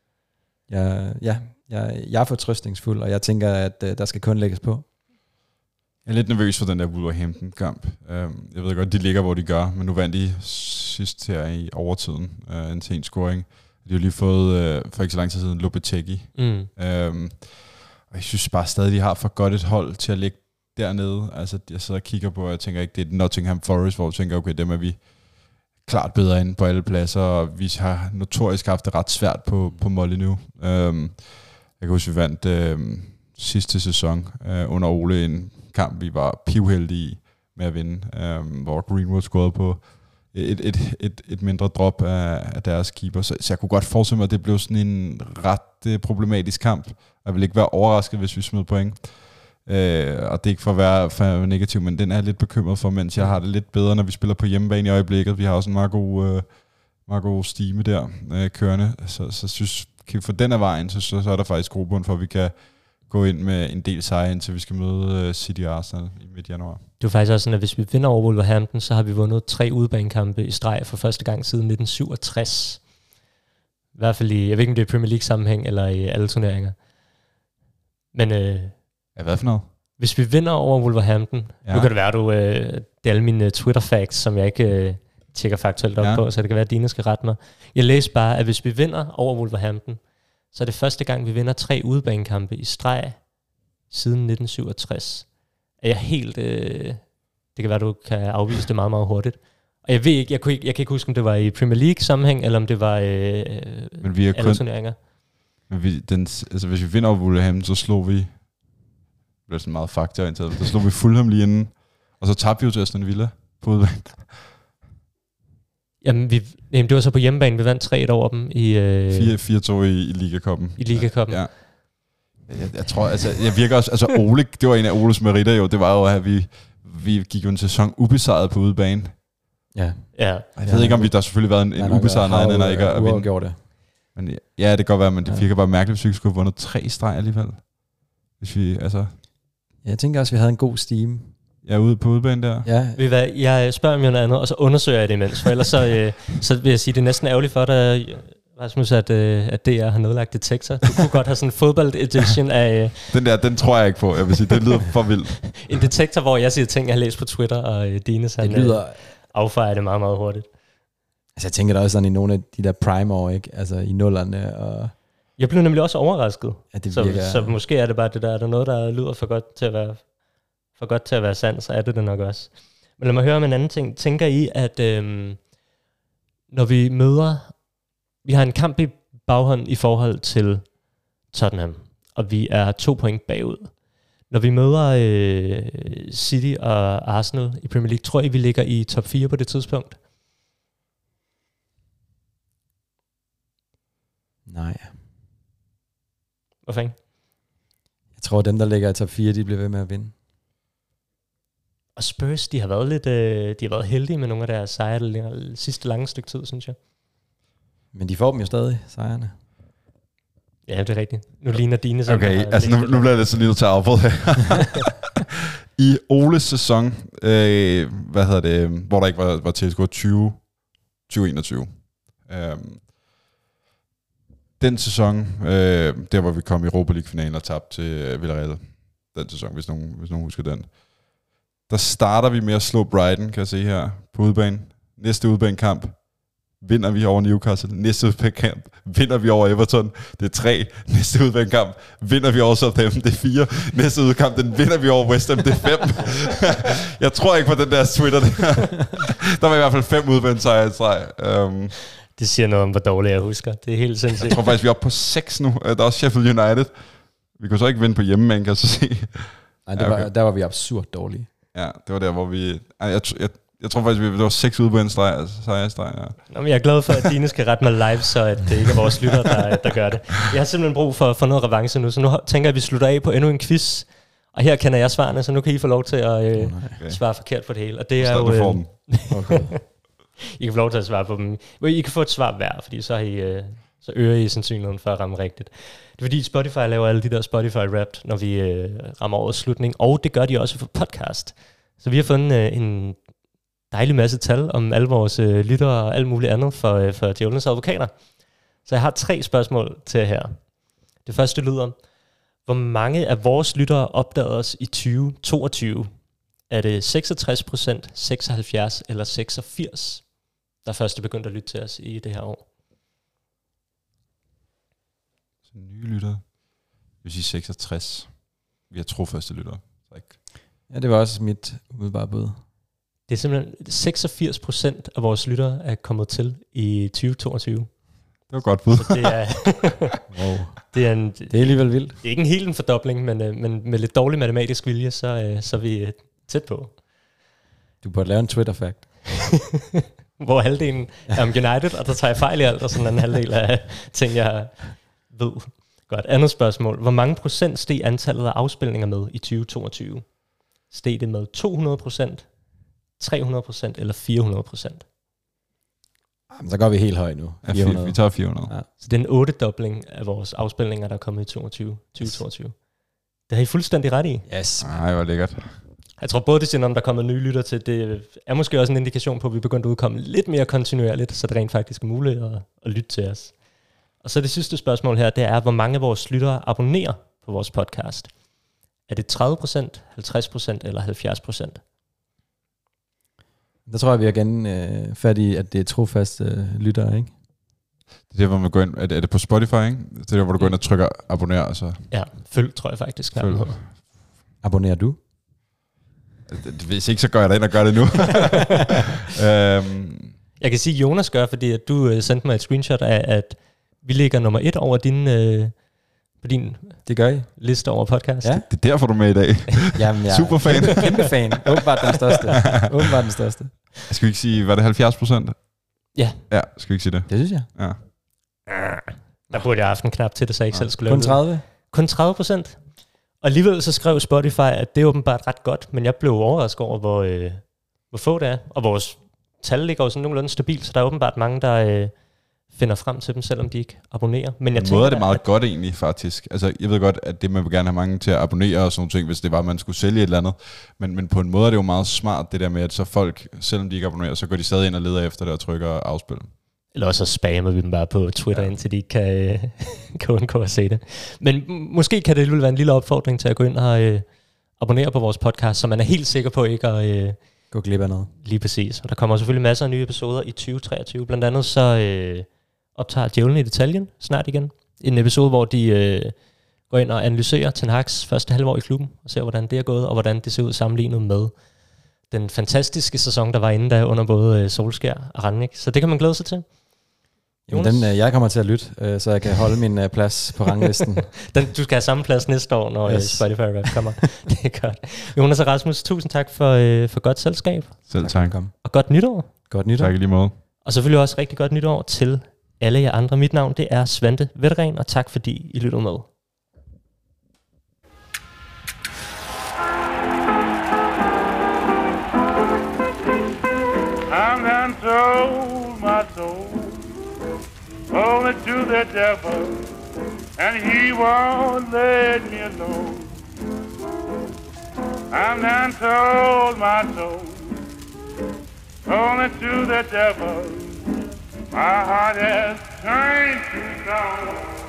C: jeg er fortrøstningsfuld, og jeg tænker, at der skal kun lægges på.
D: Jeg er lidt nervøs for den der Wolverhampton-kamp. Jeg ved godt, de ligger, hvor de gør, men nu vandt de sidst her i overtiden en sen scoring. De har lige fået, for ikke så lang tid siden, Lopetegui. Og jeg synes bare stadig, de har for godt et hold til at ligge dernede. Altså, jeg sidder og kigger på, og jeg tænker ikke, det er Nottingham Forest, hvor jeg tænker, okay, dem er vi klart bedre inde på alle pladser, og vi har notorisk haft det ret svært på Molly nu. Jeg kan huske, vi vandt sidste sæson under Ole, en kamp, vi var pivheldige i med at vinde, hvor Greenwood scorede på et mindre drop af deres keeper. Så jeg kunne godt forestille mig, at det blev sådan en ret problematisk kamp. Jeg vil ikke være overrasket, hvis vi smed point. Og det er ikke for at være for negativ, men den er jeg lidt bekymret for, mens jeg har det lidt bedre, når vi spiller på hjemmebane i øjeblikket. Vi har også en meget god stime der kørende, så synes, kan vi få den af vejen, så er der faktisk grobund for, at vi kan gå ind med en del sejre, indtil vi skal møde City og Arsenal i midt januar.
B: Det er faktisk også sådan, at hvis vi vinder over Wolverhampton, så har vi vundet 3 udebanekampe i streg for første gang siden 1967. I hvert fald i, jeg ved ikke, om det er Premier League-sammenhæng, eller i alle turneringer. Men
D: hvad for noget?
B: Hvis vi vinder over Wolverhampton, nu kan det være, du det er alle mine Twitter-facts, som jeg ikke tjekker faktuelt op på, så det kan være, at Dine skal rette mig. Jeg læser bare, at hvis vi vinder over Wolverhampton, så er det første gang, vi vinder 3 udebanekampe i streg siden 1967. Er jeg helt... det kan være, du kan afvise det meget, meget hurtigt. Og jeg ved ikke, jeg kan ikke huske, om det var i Premier League-sammenhæng, eller om det var
D: men vi er
B: alle turneringer.
D: Men hvis vi vinder over Wolverhampton, så slog vi... Det bliver sådan meget faktaorienteret. Så slog vi Fulham lige inden, og så tabte vi jo til Aston Villa på udebane.
B: Jamen, det var så på hjemmebane. Vi vandt 3-1 over dem i...
D: 4-2 i Liga-cupen.
B: I Liga-cupen.
D: Ja. Jeg tror, altså, jeg virker også... Altså, Ole, det var en af Oles meritter jo. Det var jo, at vi gik jo en sæson ubesejret på udebane.
B: Ja.
D: Jeg ved ikke, om der selvfølgelig været en ubesejret nej, eller ikke at vinde.
C: Det.
D: Men ja, det kan godt være, men det virker bare mærkeligt, hvis vi skulle have vundet 3 streg alligevel. Hvis vi, altså...
C: Jeg tænker også, at vi havde en god steam.
D: Jeg er ude på udebane der.
C: Ja.
B: Ved hvad, jeg spørger om noget andet, og så undersøger jeg det imens. For ellers så vil jeg sige, det er næsten ærgerligt for dig, Rasmus, at DR har nedlagt Detektor. Du kunne godt have sådan en fodbold-edition af...
D: Den tror jeg ikke på. Jeg vil sige, det lyder for vildt.
B: En Detektor, hvor jeg siger ting, jeg har læst på Twitter, og Dines, han affejer det meget, meget hurtigt.
C: Altså jeg tænker da også sådan i nogle af de der prime-år, ikke? Altså i nullerne og...
B: Jeg blev nemlig også overrasket.
C: Ja, det virker...
B: så måske er det bare det der, er der noget, der lyder for godt til at være sandt, så er det nok også. Men lad mig høre om en anden ting. Tænker I, at når vi møder... Vi har en kamp i baghånd i forhold til Tottenham, og vi er 2 point bagud. Når vi møder City og Arsenal i Premier League, tror I, vi ligger i top 4 på det tidspunkt?
C: Nej.
B: Hvorfor ikke?
C: Jeg tror, at dem, der ligger i top 4, de bliver ved med at vinde.
B: Og Spurs, de har været lidt de har været heldige med nogle af deres sejre det sidste lange stykke tid, synes jeg.
C: Men de får dem jo stadig, sejrene.
B: Ja, det er rigtigt. Nu ligner Dine sådan.
D: Okay, altså nu bliver det så lige til afbrud her. I Oles sæson, hvor der ikke var tilskuer 2021. Den sæson, der hvor vi kom i Europa League-finalen og tabte til Villarreal, den sæson, hvis nogen husker den, der starter vi med at slå Brighton, kan jeg se her, på udebane. Næste udebanekamp vinder vi over Newcastle. Næste udebanekamp vinder vi over Everton. Det er 3. Næste udebanekamp vinder vi over Southampton. Det er 4. Næste udekamp, den vinder vi over West Ham. Det er 5. Jeg tror ikke på den der Twitter der. Der var i hvert fald 5 udebanesejre i streg.
B: Det siger noget om, hvor dårligt jeg husker. Det er helt sindssygt.
D: Jeg tror faktisk, vi er oppe på 6 nu. Der er også Sheffield United. Vi kunne så ikke vinde på hjemmebane, kan jeg så se.
C: Nej, der var vi absurd dårlige.
D: Ja, det var der, hvor vi... Jeg tror faktisk, det var 6 ude på en sejr. Ja.
B: Nå, men jeg er glad for, at Dine skal rette mig live, så at det ikke er vores lytter, der gør det. Jeg har simpelthen brug for noget revanche nu, så nu tænker jeg, at vi slutter af på endnu en quiz. Og her kender jeg svarene, så nu kan I få lov til at svare forkert på det hele. Og det er jo...
C: Okay.
B: I kan få lov til at svare på dem. I kan få et svar hver, fordi så øger I sandsynligheden for at ramme rigtigt. Det er fordi Spotify laver alle de der Spotify-rap, når vi rammer årets slutning, og det gør de også for podcast. Så vi har fundet en dejlig masse tal om alle vores lyttere og alt muligt andet for Djævelens Advokater. Så jeg har 3 spørgsmål til her. Det første lyder: hvor mange af vores lyttere opdagede os i 2022? Er det 66%, 76 eller 86, der først er begyndt at lytte til os i det her år?
D: Så nye lyttere. Jeg vil sige 66. Vi har trofaste lyttere.
C: Ja, det var også mit umiddelbare bud.
B: Det er simpelthen 86% af vores lyttere er kommet til i 2022.
D: Det var godt bud.
B: Så det er
C: wow.
B: Det er
C: alligevel vildt.
B: Det er ikke en helt en fordobling, men med lidt dårlig matematisk vilje, så er vi tæt på.
C: Du burde lave en Twitter-fact.
B: Hvor halvdelen er om United, og der tager jeg fejl i alt, og sådan en halvdel af ting, jeg ved. Godt, andet spørgsmål. Hvor mange procent steg antallet af afspilninger med i 2022? Steg det med 200%, 300% eller 400%?
C: Så går vi helt højt nu.
D: 400. Vi tager 400.
C: Ja.
B: Så det er en 8-dobling af vores afspilninger, der er kommet i 2022. Det har I fuldstændig ret i.
C: Yes.
D: Nej, hvor lækkert.
B: Jeg tror både det siger, om der er kommet nye lytter til, det er måske også en indikation på, at vi begynder at udkomme lidt mere kontinuerligt, så det rent faktisk er muligt at lytte til os. Og så det sidste spørgsmål her, det er, hvor mange af vores lyttere abonnerer på vores podcast? Er det 30%, 50% eller 70%?
C: Der tror jeg, vi er igen fat i, at det er trofaste lyttere, ikke?
D: Det er der, hvor man går ind. Er det på Spotify, ikke? Det er der, hvor du går ind og trykker abonner, og så...
B: Ja, følg, tror jeg faktisk.
D: Følg.
C: Abonnerer du?
D: Hvis ikke, så går jeg da ind og gør det nu.
B: Jeg kan sige, at Jonas gør, fordi at du sendte mig et screenshot af, at vi ligger nummer 1 over på din
C: det gør I.
B: Liste over podcast.
C: Ja.
D: Det er derfor, du er med i dag.
C: Jamen, jeg
D: Superfan.
C: Kæmpe fan. Åbenbart den største.
D: Skal vi ikke sige, var det 70%?
B: Ja.
D: Ja, skal vi ikke sige det?
C: Det synes jeg.
D: Ja.
B: Der burde jeg have haft en knap til det, så jeg ikke selv skulle lave
C: Kun 30?
B: Kun 30%. Og alligevel så skrev Spotify, at det er åbenbart ret godt, men jeg blev overrasket over, hvor få det er. Og vores tal ligger jo sådan nogenlunde stabilt, så der er åbenbart mange, der finder frem til dem, selvom de ikke abonnerer. Men jeg tænker,
D: er det meget godt egentlig, faktisk. Altså, jeg ved godt, at det man vil gerne have mange til at abonnere og sådan nogle ting, hvis det var, at man skulle sælge et eller andet. Men på en måde er det jo meget smart, det der med, at så folk, selvom de ikke abonnerer, så går de stadig ind og leder efter det og trykker afspil.
B: Eller også så spammer vi dem bare på Twitter, indtil de kan undgå at se det. Men måske kan det alligevel være en lille opfordring til at gå ind og abonnere på vores podcast, så man er helt sikker på ikke at...
C: gå glip af noget.
B: Lige præcis. Og der kommer selvfølgelig masser af nye episoder i 2023. Blandt andet så optager Djævlen i detaljen snart igen. En episode, hvor de går ind og analyserer Ten Hag's første halvår i klubben, og ser, hvordan det er gået, og hvordan det ser ud sammenlignet med den fantastiske sæson, der var inde der under både Solskjær og Rangnick. Så det kan man glæde sig til.
C: Jamen, jeg kommer til at lytte, så jeg kan holde min plads på ranglisten.
B: Du skal have samme plads næste år, når Spotify Rap kommer. Det er godt. Jonas og Rasmus, tusind tak for godt selskab.
D: Selv tak.
B: Og godt nytår.
C: Godt nytår.
D: Tak i lige måde.
B: Og selvfølgelig også rigtig godt nytår til alle jer andre. Mit navn, det er Svante Vettergren, og tak fordi I lyttede med.
A: I'm done sold my soul only to the devil, and he won't let me alone. I'm done sold my soul only to the devil. My heart has turned to stone.